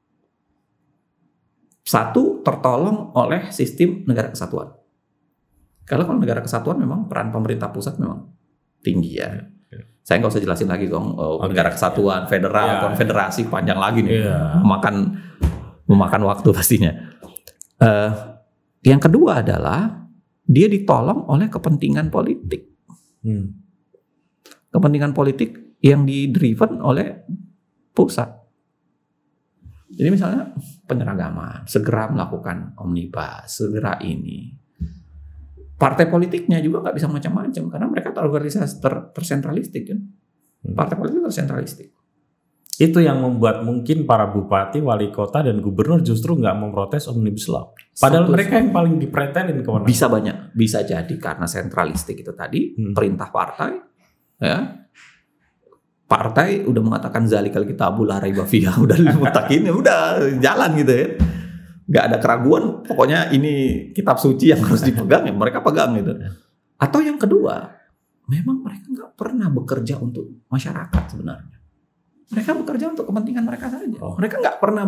Satu, tertolong oleh sistem negara kesatuan. Kalau kalau negara kesatuan memang peran pemerintah pusat memang tinggi ya. Saya nggak usah jelasin lagi dong, oh, okay. Negara kesatuan, federal, yeah. konfederasi, panjang lagi nih, yeah. memakan memakan waktu pastinya. Uh, yang kedua adalah dia ditolong oleh kepentingan politik, hmm. kepentingan politik yang didriven oleh pusat. Jadi misalnya penyeragaman, segera melakukan omnibus, segera ini. Partai politiknya juga nggak bisa macam-macam karena mereka terorganisasi ter- tersentralistik kan. Partai politik tersentralistik. Itu yang membuat mungkin para bupati, wali kota dan gubernur justru nggak memprotes Omnibus Law. Padahal Satu, mereka yang paling dipretelin kewenangan. Bisa banyak, bisa jadi karena sentralistik itu tadi, hmm. perintah partai, ya. Partai udah mengatakan zalikal kitabul la raiba fihi, udah dimutakin, udah jalan gitu ya. Gak ada keraguan, pokoknya ini kitab suci yang harus dipegang, ya mereka pegang gitu. Atau yang kedua, memang mereka nggak pernah bekerja untuk masyarakat sebenarnya. Mereka bekerja untuk kepentingan mereka saja. Oh. Mereka nggak pernah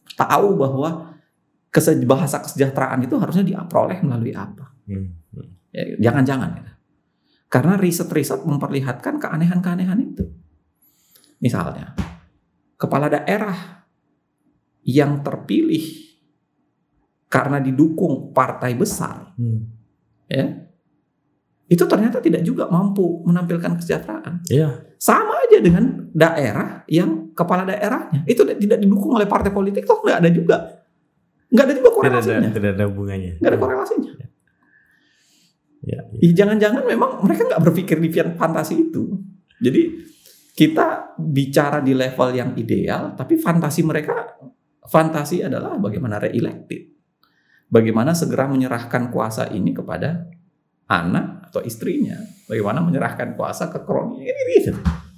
tahu bahwa kese- bahasa kesejahteraan itu harusnya diperoleh melalui apa. Hmm. Ya, jangan-jangan. Gitu. Karena riset-riset memperlihatkan keanehan-keanehan itu. Misalnya, kepala daerah yang terpilih karena didukung partai besar, hmm. ya, itu ternyata tidak juga mampu menampilkan kesejahteraan. Iya. Sama aja dengan daerah yang kepala daerahnya itu tidak didukung oleh partai politik, toh nggak ada juga, nggak ada juga korelasinya. Tidak ada, tidak ada hubungannya. Nggak ada korelasinya. Ya. Ya, ya. Ya, jangan-jangan memang mereka nggak berpikir di fantasi itu. Jadi kita bicara di level yang ideal, tapi fantasi mereka, fantasi adalah bagaimana re-elected, bagaimana segera menyerahkan kuasa ini kepada anak atau istrinya, bagaimana menyerahkan kuasa ke kroni, gitu.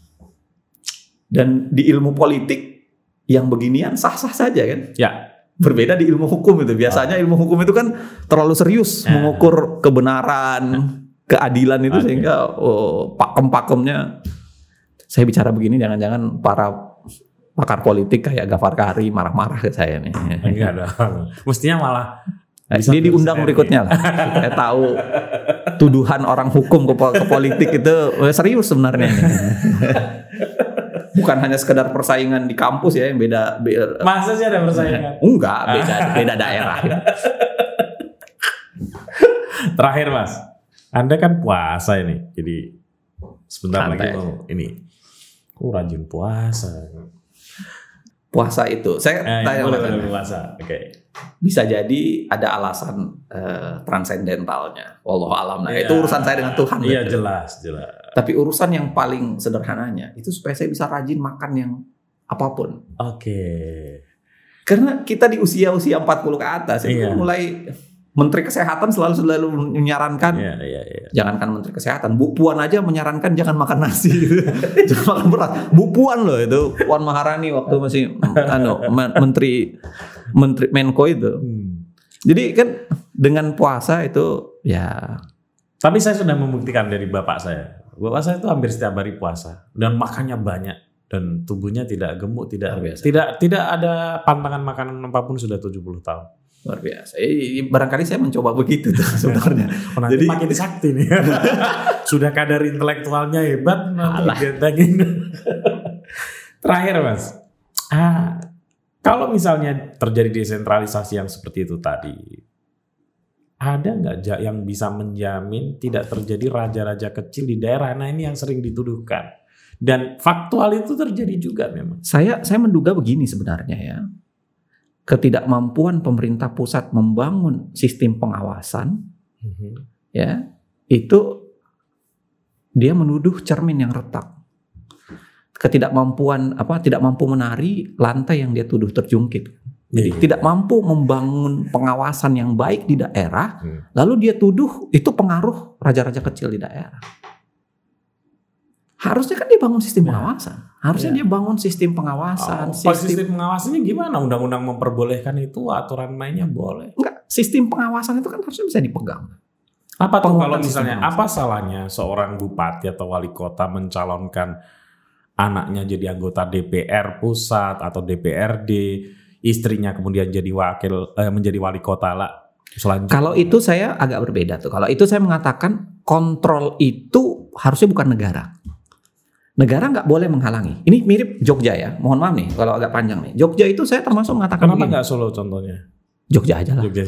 Dan di ilmu politik yang beginian sah-sah saja kan? Ya. Berbeda di ilmu hukum itu. Biasanya ilmu hukum itu kan terlalu serius nah. mengukur kebenaran, keadilan itu okay. sehingga oh, pakem-pakemnya. Saya bicara begini jangan-jangan para pakar politik kayak Gafar Kari marah-marah ke saya nih. Enggak ada. Mestinya malah dia diundang berikutnya lah. Saya tahu tuduhan orang hukum ke, ke politik itu serius sebenarnya ini. Bukan hanya sekedar persaingan di kampus ya yang beda. beda Masa sih ada persaingan? Enggak, beda beda daerah. Terakhir Mas, Anda kan puasa ini, jadi sebentar Santai. lagi mau ini. Aku rajin puasa. Puasa itu, saya eh, tanya boleh, boleh puasa, oke. Okay. Bisa jadi ada alasan uh, transendentalnya, wallahu alam. Nah ya, itu urusan saya dengan Tuhan. Iya betul. jelas, jelas. Tapi urusan yang paling sederhananya itu supaya saya bisa rajin makan yang apapun. Oke. Okay. Karena kita di usia-usia empat puluh ke atas itu iya. mulai Menteri Kesehatan selalu selalu menyarankan, iya, iya, iya. jangankan Menteri Kesehatan, Bu Puan aja menyarankan jangan makan nasi, jangan makan beras. Bu Puan loh itu, Puan Maharani waktu masih anu Menteri Menteri Menko itu. Hmm. Jadi kan dengan puasa itu ya. Tapi saya sudah membuktikan dari bapak saya. Bapak saya itu hampir setiap hari puasa dan makannya banyak dan tubuhnya tidak gemuk, tidak tidak tidak ada pantangan makanan apapun sudah tujuh puluh tahun. Luar biasa. Eh, barangkali saya mencoba begitu tuh sebenarnya. Oh, nanti jadi makin sakti nih. Sudah kadar intelektualnya hebat nanti gentengin. Terakhir Mas. Ah, kalau misalnya terjadi desentralisasi yang seperti itu tadi, ada nggak yang bisa menjamin tidak terjadi raja-raja kecil di daerah? Nah ini yang sering dituduhkan. Dan faktual itu terjadi juga memang. Saya saya menduga begini sebenarnya ya. Ketidakmampuan pemerintah pusat membangun sistem pengawasan, mm-hmm. ya itu dia menuduh cermin yang retak. Ketidakmampuan apa? Tidak mampu menari lantai yang dia tuduh terjungkit. Jadi yeah. tidak mampu membangun pengawasan yang baik di daerah, hmm. lalu dia tuduh itu pengaruh raja-raja kecil di daerah. Harusnya kan dia bangun sistem ya. pengawasan. Harusnya ya. dia bangun sistem pengawasan. Oh, sistem, sistem pengawasannya gimana? Undang-undang memperbolehkan itu, aturan mainnya boleh. Enggak, sistem pengawasan itu kan harusnya bisa dipegang. Apa tuh kalau misalnya apa salahnya seorang bupati atau wali kota mencalonkan anaknya jadi anggota D P R pusat atau D P R D, istrinya kemudian jadi wakil eh, menjadi wali kota lah. Selanjutnya. Kalau itu saya agak berbeda tuh. Kalau itu saya mengatakan kontrol itu harusnya bukan negara. Negara nggak boleh menghalangi. Ini mirip Jogja ya. Mohon maaf nih kalau agak panjang nih. Jogja itu saya termasuk mengatakan kenapa nggak Solo contohnya? Jogja aja lah. Jogja.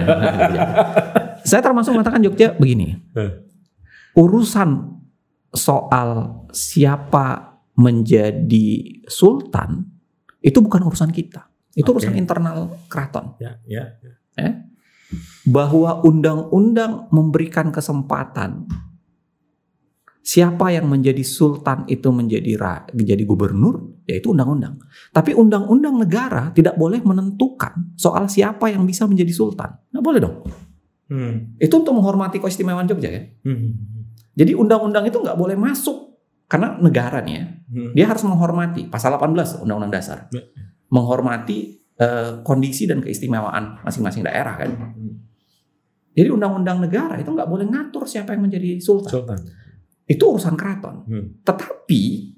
Saya termasuk mengatakan Jogja begini. Urusan soal siapa menjadi sultan itu bukan urusan kita. Itu okay. urusan internal keraton. Ya, ya, ya. Eh? Bahwa undang-undang memberikan kesempatan siapa yang menjadi sultan itu menjadi menjadi gubernur, yaitu undang-undang. Tapi undang-undang negara tidak boleh menentukan soal siapa yang bisa menjadi sultan. Nggak boleh dong. Hmm. Itu untuk menghormati keistimewaan Jogja kan. Hmm. Jadi undang-undang itu nggak boleh masuk karena negara nih ya. Hmm. Dia harus menghormati pasal delapan belas Undang-Undang Dasar. Hmm. Menghormati uh, kondisi dan keistimewaan masing-masing daerah kan. Hmm. Jadi undang-undang negara itu nggak boleh ngatur siapa yang menjadi sultan. sultan. Itu urusan keraton. Hmm. Tetapi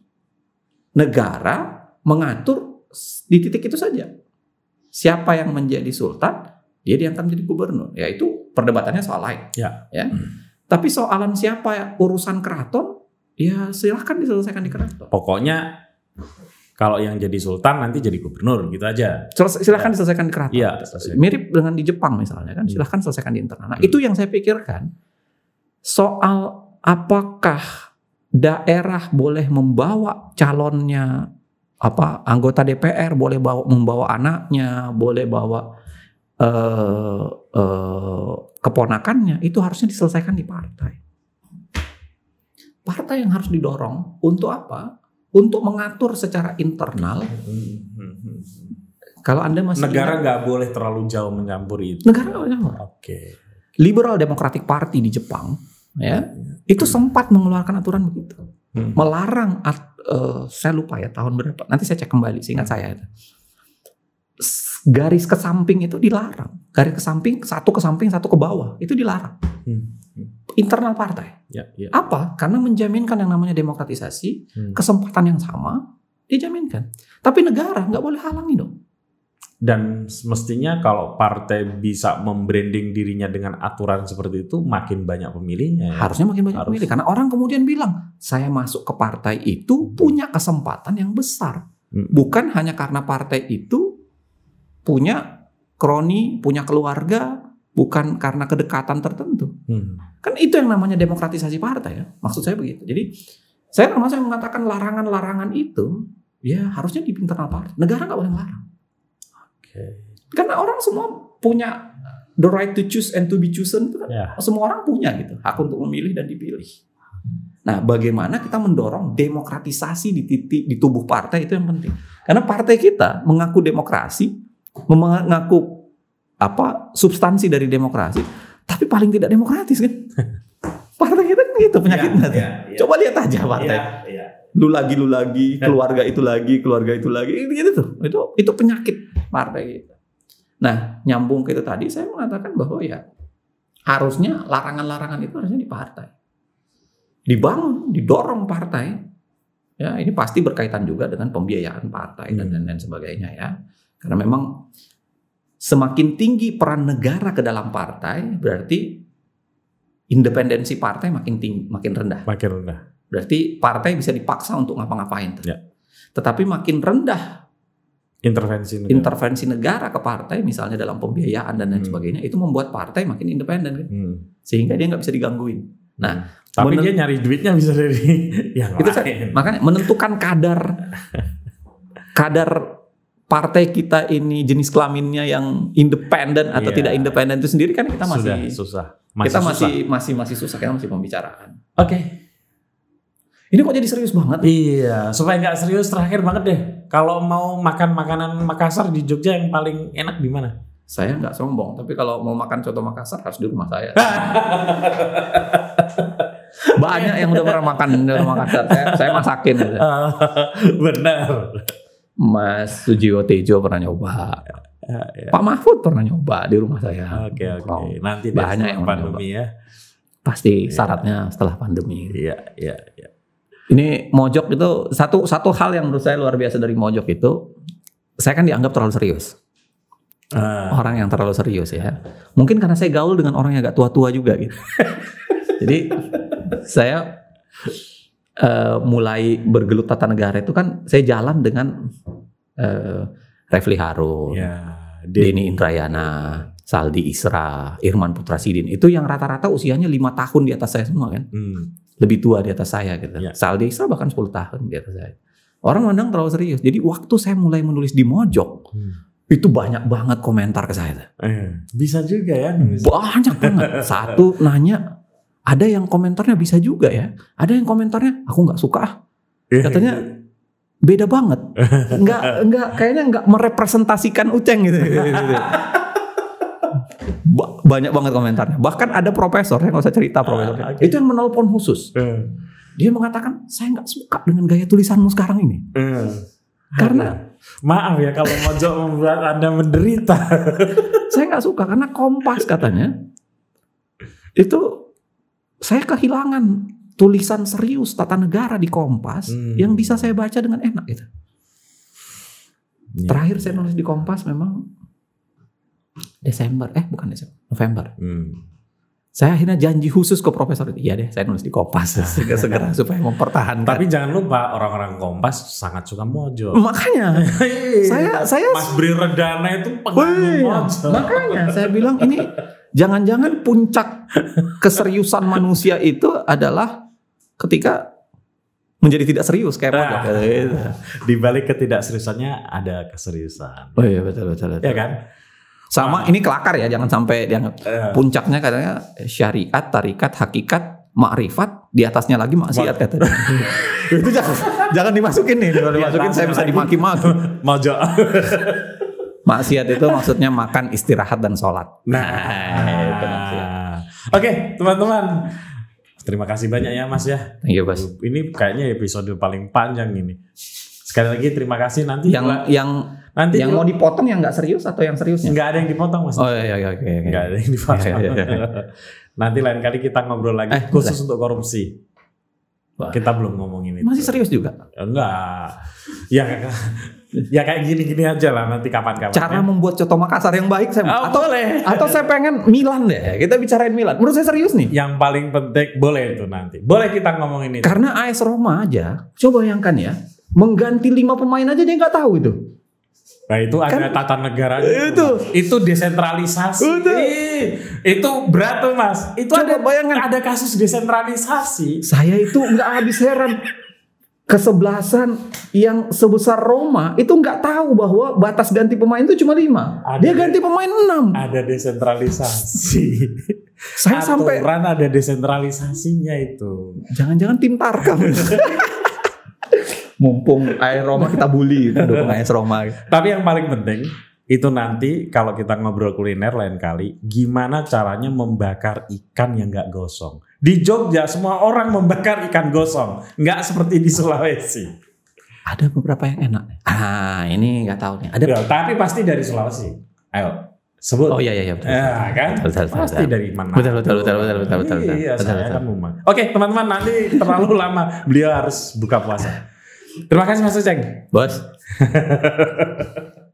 negara mengatur di titik itu saja. Siapa yang menjadi sultan, dia diangkat menjadi gubernur. Ya itu perdebatannya soal lain. Ya. Ya. Hmm. Tapi soalan siapa ya, urusan keraton, ya silahkan diselesaikan di keraton. Pokoknya kalau yang jadi sultan nanti jadi gubernur gitu aja. Silahkan ya. diselesaikan di keraton. Ya, mirip dengan di Jepang misalnya kan, silahkan selesaikan di internal. Nah, hmm. itu yang saya pikirkan. Soal apakah daerah boleh membawa calonnya, apa anggota D P R boleh bawa, membawa anaknya, boleh bawa uh, uh, keponakannya, itu harusnya diselesaikan di partai. Partai yang harus didorong untuk apa? Untuk mengatur secara internal. Kalau Anda masih negara nggak boleh terlalu jauh mencampuri itu. Negara nggak boleh campur. Oke. Okay. Liberal Democratic Party di Jepang, ya, itu sempat mengeluarkan aturan begitu, hmm. melarang. Uh, saya lupa ya tahun berapa. Nanti saya cek kembali. Seingat hmm. saya itu. Garis ke samping itu dilarang. Garis ke samping satu ke samping satu ke bawah itu dilarang. Hmm. Internal partai. Ya, ya. Apa? Karena menjaminkan yang namanya demokratisasi, hmm. kesempatan yang sama dijaminkan. Tapi negara nggak boleh halangi dong. Dan semestinya kalau partai bisa membranding dirinya dengan aturan seperti itu, makin banyak pemilihnya. Ya? Harusnya makin banyak Harus. pemilih. Karena orang kemudian bilang, saya masuk ke partai itu punya kesempatan yang besar. Hmm. Bukan hanya karena partai itu punya kroni, punya keluarga, bukan karena kedekatan tertentu. Hmm. Kan itu yang namanya demokratisasi partai ya. Maksud saya begitu. Jadi saya termasuk yang mengatakan larangan-larangan itu ya harusnya di internal partai. Negara nggak boleh larang. Okay. Karena orang semua punya the right to choose and to be chosen. Kan? Yeah. Semua orang punya gitu hak untuk memilih dan dipilih. Nah, bagaimana kita mendorong demokratisasi di titik di tubuh partai itu yang penting. Karena partai kita mengaku demokrasi, mengaku apa substansi dari demokrasi, tapi paling tidak demokratis kan? Partai kita kan gitu penyakitnya. Ya, ya, ya. Coba lihat aja partai. Ya, ya. Lu lagi, lu lagi, keluarga itu lagi, keluarga itu lagi, gitu tuh. Itu itu penyakit partai kita. Nah, nyambung ke itu tadi, saya mengatakan bahwa ya harusnya larangan-larangan itu harusnya di partai. Dibangun, didorong partai. Ya, ini pasti berkaitan juga dengan pembiayaan partai hmm. dan lain-lain sebagainya ya. Karena memang semakin tinggi peran negara ke dalam partai, berarti independensi partai makin tinggi, makin rendah. Makin rendah. Berarti partai bisa dipaksa untuk ngapa-ngapain. Ya. Tetapi makin rendah intervensi negara. intervensi negara ke partai, misalnya dalam pembiayaan dan lain hmm. sebagainya, itu membuat partai makin independen kan? Hmm. Sehingga dia nggak bisa digangguin. Nah, tapi menent- dia nyari duitnya bisa dari yang itu lain. Saya, makanya menentukan kadar kadar partai kita ini jenis kelaminnya yang independen atau yeah. tidak independen itu sendiri kan kita masih Sudah, susah. Masih kita susah. masih masih masih susah, kita masih pembicaraan. Oke. Okay. Ini kok jadi serius banget? Iya, supaya nggak serius terakhir banget deh. Kalau mau makan makanan Makassar di Jogja yang paling enak di mana? Saya nggak sombong, tapi kalau mau makan coto Makassar harus di rumah saya. Banyak yang udah pernah makan di rumah Makassar. Saya, saya masakin. Gitu. Benar. Mas Sujiwo Tejo pernah nyoba. Ya, ya. Pak Mahfud pernah nyoba di rumah saya. Oke oke. Oh, nanti banyak yang pandemi ya. Pasti syaratnya ya. Setelah pandemi. Iya iya iya. Ini Mojok itu satu satu hal yang menurut saya luar biasa dari Mojok itu, saya kan dianggap terlalu serius. Uh. Orang yang terlalu serius ya. Mungkin karena saya gaul dengan orang yang agak tua-tua juga gitu. Jadi saya uh, mulai bergelut tata negara itu kan saya jalan dengan uh, Refli Harun, yeah, Denny Indrayana, Saldi Isra, Irman Putrasidin. Itu yang rata-rata usianya lima tahun di atas saya semua kan. Hmm. Lebih tua di atas saya gitu. Yeah. Saldi Isra bahkan sepuluh tahun di atas saya. Orang mandang terlalu serius. Jadi waktu saya mulai menulis di Mojok, hmm. itu banyak banget komentar ke saya. Eh, bisa juga ya. Banyak banget. Satu nanya, ada yang komentarnya bisa juga ya. Ada yang komentarnya, aku nggak suka ah. Katanya beda banget. Nggak, nggak, kayaknya nggak merepresentasikan Uceng gitu. Banyak banget komentarnya. Bahkan ada profesor, saya nggak usah cerita profesornya. Ah, okay. Itu yang menelpon khusus. Uh. Dia mengatakan, saya nggak suka dengan gaya tulisanmu sekarang ini. Uh. Karena maaf ya kalau Mojok membuat Anda menderita. Saya nggak suka karena Kompas katanya itu saya kehilangan tulisan serius tata negara di Kompas hmm. yang bisa saya baca dengan enak gitu. Ya. Terakhir saya nulis di Kompas memang Desember, eh bukan Desember, November. Hmm. Saya akhirnya janji khusus ke profesor itu. Iya deh, saya nulis di Kompas segera-segera supaya mempertahankan. Tapi jangan lupa orang-orang Kompas sangat suka mojo. Makanya saya saya Mas Bri Redana itu pengen mojo. Makanya saya bilang ini jangan-jangan puncak keseriusan manusia itu adalah ketika menjadi tidak serius kayak mojo. Nah, di balik ketidakseriusannya ada keseriusan. Oh iya betul betul. betul. Ya kan? Sama nah. Ini kelakar ya, jangan sampai dianggap uh. puncaknya katanya syariat, tarikat, hakikat, makrifat, di atasnya lagi maksiat katanya. Itu jangan jangan dimasukin nih, kalau dimasukin saya bisa dimaki-maki. Mojo. Maksiat itu maksudnya makan, istirahat dan sholat. Nah, nah. Oke, okay, teman-teman. Terima kasih banyak ya Mas ya. Thank you, Bos. Ini kayaknya episode paling panjang ini. Sekali lagi terima kasih nanti yang gua, yang nanti yang mau dipotong yang nggak serius atau yang seriusnya? Nggak ada yang dipotong Mas. Oh iya iya oke. Nggak ada yang dipotong. Iya, iya, iya. Nanti lain kali kita ngobrol lagi eh, khusus untuk korupsi. Wah. Kita belum ngomongin itu. Masih serius juga? Enggak. Ya ya kayak gini-gini aja lah nanti kapan-kapan. Cara ya. Membuat coto Makassar yang baik saya oh, atau boleh. Atau saya pengen Milan deh. Kita bicarain Milan. Menurut saya serius nih. Yang paling penting boleh itu nanti. Boleh kita ngomongin itu. Karena A S Roma aja. Coba bayangkan ya. Mengganti lima pemain aja dia nggak tahu itu. Nah itu kan, ada tata negara itu. Itu desentralisasi. Itu, itu berat tuh Mas. Itu coba ada bayangkan ada kasus desentralisasi. Saya itu nggak habis heran. Kesebelasan yang sebesar Roma itu nggak tahu bahwa batas ganti pemain itu cuma lima. Ada dia ganti pemain enam. Ada desentralisasi. Saya sampai aturan ada desentralisasinya itu. Jangan-jangan tim Tarkam. Mumpung A S Roma kita bully dukung A S Roma. Tapi yang paling penting itu nanti kalau kita ngobrol kuliner lain kali, gimana caranya membakar ikan yang nggak gosong. Di Jogja semua orang membakar ikan gosong, nggak seperti di Sulawesi. Ada beberapa yang enak. Ah ini nggak tahu nih. Ada ya, tapi pasti dari Sulawesi. Ayo sebut. Oh iya iya betul. Ya, kan? Betul, betul, pasti betul. dari mana? Betul betul betul betul betul betul. Iya, betul, saya betul. kan Muma. Oke teman-teman nanti terlalu lama beliau harus buka puasa. Terima kasih Mas Uceng. Bos.